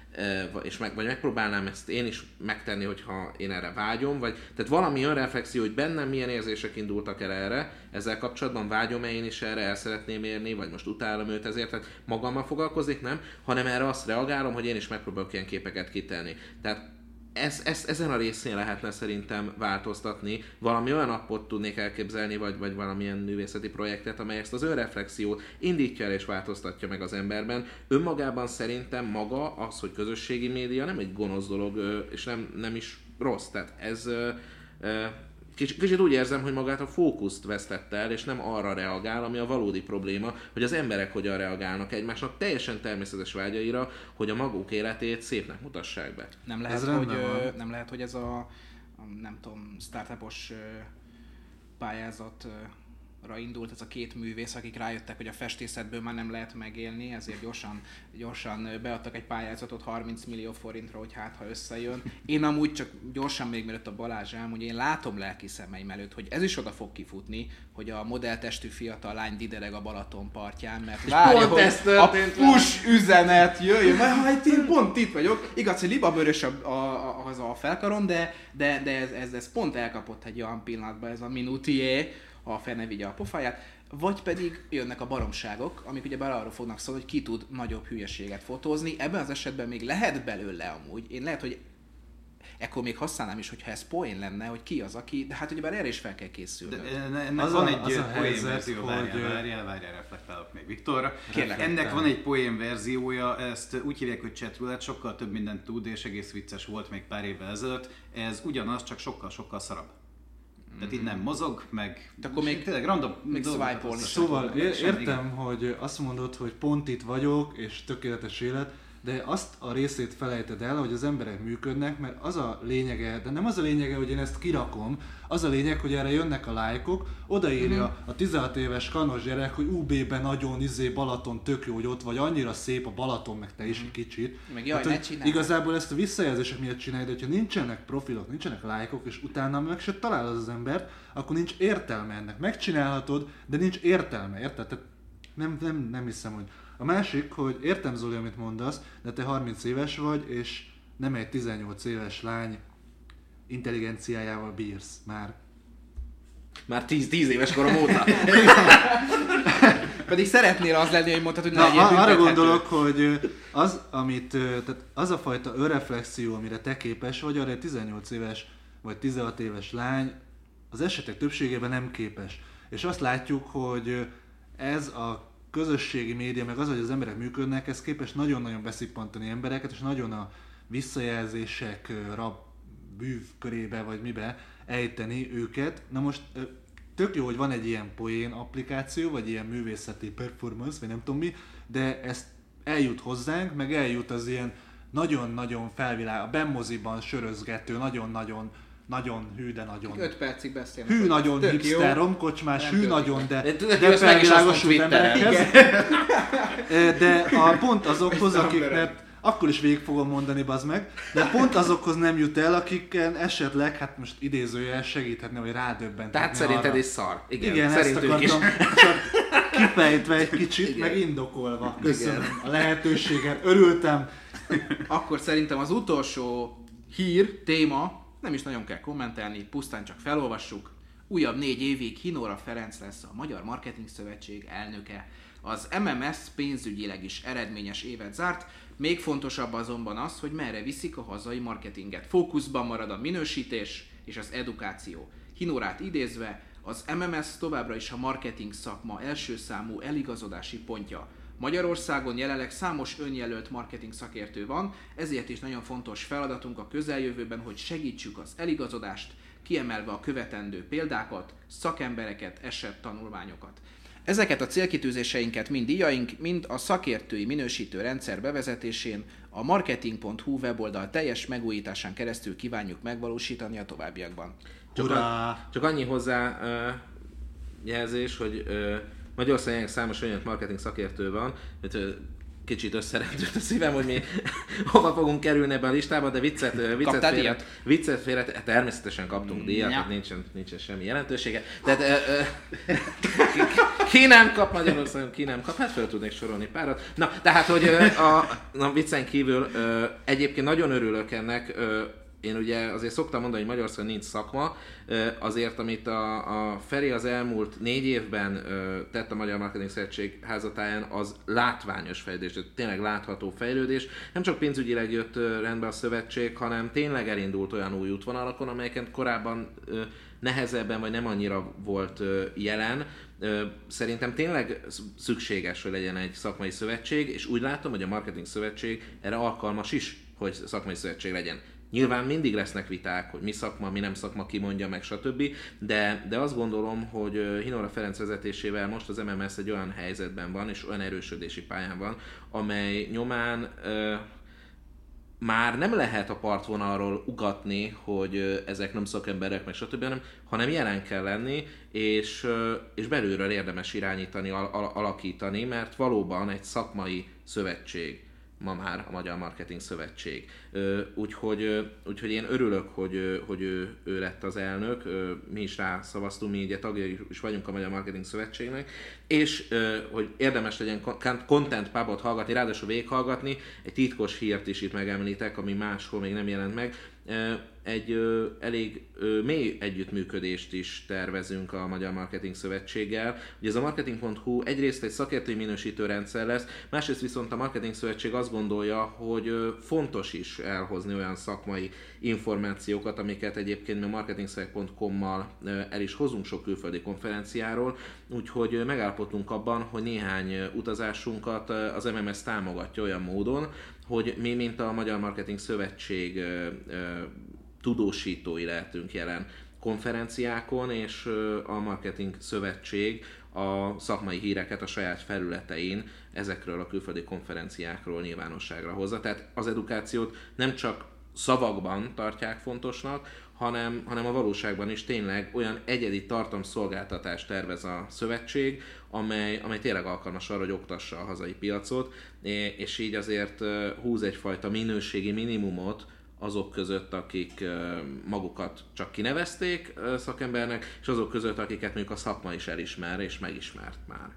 vagy megpróbálnám ezt én is megtenni, hogyha én erre vágyom, vagy tehát valami önreflexió, hogy bennem milyen érzések indultak el erre, ezzel kapcsolatban vágyom-e én is erre, el szeretném érni, vagy most utálom őt ezért, tehát magammal foglalkozik, nem, hanem erre azt reagálom, hogy én is megpróbálok ilyen képeket kitenni. Tehát ezen a részén lehetne szerintem változtatni. Valami olyan appot tudnék elképzelni, vagy valamilyen művészeti projektet, amely ezt az önreflexiót indítja el és változtatja meg az emberben. Önmagában szerintem maga az, hogy közösségi média nem egy gonosz dolog, és nem is rossz. Tehát ez kicsit úgy érzem, hogy magát a fókuszt vesztette el, és nem arra reagál, ami a valódi probléma, hogy az emberek hogyan reagálnak egymásnak teljesen természetes vágyaira, hogy a maguk életét szépnek mutassák be. Nem lehet, hogy ez a nem tudom, startupos pályázatra indult ez a két művész, akik rájöttek, hogy a festészetből már nem lehet megélni, ezért gyorsan beadtak egy pályázatot 30 millió forintra, hogy hát ha összejön. Én amúgy csak gyorsan még mielőtt a Balázs elmondja, én látom lelki szemeim előtt, hogy ez is oda fog kifutni, hogy a modelltestű fiatal lány didereg a Balaton partján, mert várja, hogy a push üzenet jöjjön, mert én pont itt vagyok. Igaz, hogy libabőrös az a felkarom, de ez pont elkapott egy olyan pillanatban, ez a minutié, ha a fene vigye a pofáját, vagy pedig jönnek a baromságok, amik ugye arról fognak szólni, hogy ki tud nagyobb hülyeséget fotózni. Ebben az esetben még lehet belőle amúgy. Én lehet, hogy ekkor még használnám is, hogyha ez poén lenne, hogy ki az, aki, de hát ugyebár erre is fel kell készülni. Van egy poén verzió, várjál, reflektálok még Viktorra. Ennek van egy poén verziója, ezt úgy hívják, hogy chatroulette, sokkal több mindent tud, és egész vicces volt még pár évvel ezelőtt. Ez ugyanaz, csak sokkal szarabb. Tehát itt nem mozog, meg akkor még tényleg random még swipe-olni. Szóval értem, hogy azt mondod, hogy pont itt vagyok, és tökéletes élet, de azt a részét felejted el, hogy az emberek működnek, mert az a lényege, de nem az a lényege, hogy én ezt kirakom, az a lényeg, hogy erre jönnek a lájkok, odaírja a 16 éves kanos gyerek, hogy UB-ben nagyon Balaton tök jó, hogy ott vagy, annyira szép a Balaton, meg te is egy kicsit. Meg jaj, hát, igazából ezt a visszajelzések miatt csinálj, de hogyha nincsenek profilok, nincsenek lájkok, és utána meg se találod az embert, akkor nincs értelme ennek. Megcsinálhatod, de nincs értelme, érted? Tehát nem hiszem, hogy... A másik, hogy értem Zoli, amit mondasz, de te 30 éves vagy, és nem egy 18 éves lány intelligenciájával bírsz már. Már 10 éves korom óta. Pedig szeretnél az lenni, hogy mondtad, hogy ne legyél büntethető. Arra gondolok, hogy tehát az a fajta önreflexió, amire te képes vagy, arra egy 18 éves vagy 16 éves lány az esetek többségében nem képes. És azt látjuk, hogy ez a közösségi média, meg az, hogy az emberek működnek, ez képes nagyon-nagyon beszippantani embereket, és nagyon a visszajelzések bűv körébe, vagy mibe ejteni őket. Na most tök jó, hogy van egy ilyen poén applikáció, vagy ilyen művészeti performance, vagy nem tudom mi, de ezt eljut hozzánk, meg eljut az ilyen nagyon-nagyon a benmoziban sörözgető, nagyon hű, de nagyon... 5 percig beszélnek. Hű, nagyon hipster, romkocsmás, hű, nagyon, de felvilágosult emberekhez. De pont azokhoz, akiknek akkor is végig fogom mondani, bazd meg, de pont azokhoz nem jut el, akiken esetleg, hát most idézőjel segíthetne, vagy rádöbbentetni. Tehát szerinted is szar. Igen, ezt akartam, csak kifejtve egy kicsit, meg indokolva. Köszönöm a lehetőséget, örültem. Akkor szerintem az utolsó téma, nem is nagyon kell kommentelni, pusztán csak felolvassuk. Újabb 4 évig Hinóra Ferenc lesz a Magyar Marketing Szövetség elnöke. Az MMS pénzügyileg is eredményes évet zárt, még fontosabb azonban az, hogy merre viszik a hazai marketinget. Fókuszban marad a minősítés és az edukáció. Hinórát idézve, az MMS továbbra is a marketing szakma első számú eligazodási pontja. Magyarországon jelenleg számos önjelölt marketing szakértő van, ezért is nagyon fontos feladatunk a közeljövőben, hogy segítsük az eligazodást, kiemelve a követendő példákat, szakembereket, esettanulmányokat. Ezeket a célkitűzéseinket mind díjaink, mind a szakértői minősítő rendszer bevezetésén, a marketing.hu weboldal teljes megújításán keresztül kívánjuk megvalósítani a továbbiakban. Csak annyi hozzá jelzés, hogy Magyarországon számos olyan marketing szakértő van, hogy kicsit összerendült a szívem, hogy mi hova fogunk kerülni ebbe a listába, de viccet félre, természetesen kaptunk díjat, ja. Nincsen semmi jelentősége. Tehát ki nem kap Magyarországon, ki nem kap, hát fel tudnék sorolni párat. Na, tehát, hogy a viccen kívül egyébként nagyon örülök ennek, én ugye azért szoktam mondani, hogy Magyarországon nincs szakma, azért amit a Feri az elmúlt 4 évben tett a Magyar Marketing Szövetség házatáján, az látványos fejlődés, tényleg látható fejlődés. Nem csak pénzügyileg jött rendbe a szövetség, hanem tényleg elindult olyan új útvonalakon, amelyeken korábban nehezebben vagy nem annyira volt jelen. Szerintem tényleg szükséges, hogy legyen egy szakmai szövetség, és úgy látom, hogy a Marketing Szövetség erre alkalmas is, hogy szakmai szövetség legyen. Nyilván mindig lesznek viták, hogy mi szakma, mi nem szakma, ki mondja meg, stb. De azt gondolom, hogy Hinóra Ferenc vezetésével most az MMS egy olyan helyzetben van, és olyan erősödési pályán van, amely nyomán már nem lehet a partvonalról ugatni, hogy ezek nem szakemberek, meg stb., hanem jelen kell lenni, és belülről érdemes irányítani, alakítani, mert valóban egy szakmai szövetség ma már a Magyar Marketing Szövetség. Úgyhogy én örülök, hogy ő lett az elnök, mi is rászavaztunk, mi ugye tagjai is vagyunk a Magyar Marketing Szövetségnek, és hogy érdemes legyen Content Pubot hallgatni, ráadásul végighallgatni, egy titkos hírt is itt megemlítek, ami máshol még nem jelent meg. Egy elég mély együttműködést is tervezünk a Magyar Marketing Szövetséggel. Ugye ez a marketing.hu egyrészt egy szakértői minősítő rendszer lesz, másrészt viszont a Marketing Szövetség azt gondolja, hogy fontos is elhozni olyan szakmai információkat, amiket egyébként mi a marketingszöveg.com-mal el is hozunk sok külföldi konferenciáról, úgyhogy megállapodtunk abban, hogy néhány utazásunkat az MMS támogatja olyan módon, hogy mi, mint a Magyar Marketing Szövetség tudósítói lehetünk jelen konferenciákon, és a Marketing Szövetség a szakmai híreket a saját felületein ezekről a külföldi konferenciákról nyilvánosságra hozza. Tehát az edukációt nem csak szavakban tartják fontosnak, hanem a valóságban is tényleg olyan egyedi tartalomszolgáltatást tervez a szövetség, amely tényleg alkalmas arra, hogy oktassa a hazai piacot, és így azért húz egyfajta minőségi minimumot azok között, akik magukat csak kinevezték szakembernek, és azok között, akiket mondjuk a szakma is elismer és megismert már.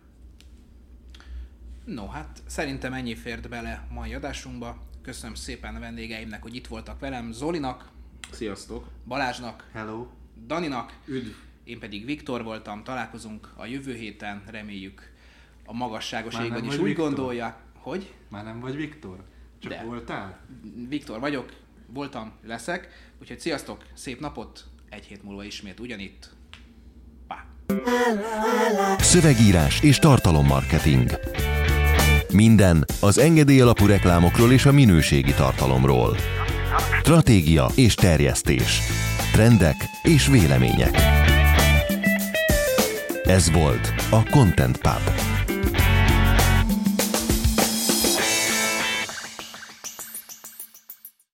No, hát szerintem ennyi fért bele mai adásunkba. Köszönöm szépen a vendégeimnek, hogy itt voltak velem, Zolinak. Sziasztok! Balázsnak. Hello! Daninak. Üdv! Én pedig Viktor voltam, találkozunk a jövő héten, reméljük a magasságos égben is úgy Viktor? Gondolják, hogy... Már nem vagy Viktor? Csak De. Voltál? Viktor vagyok, voltam, leszek, úgyhogy sziasztok, szép napot, 1 hét múlva ismét ugyanitt. Pá! Szövegírás és tartalommarketing. Minden az engedély alapú reklámokról és a minőségi tartalomról. Stratégia és terjesztés. Trendek és vélemények. Ez volt a Content Pub.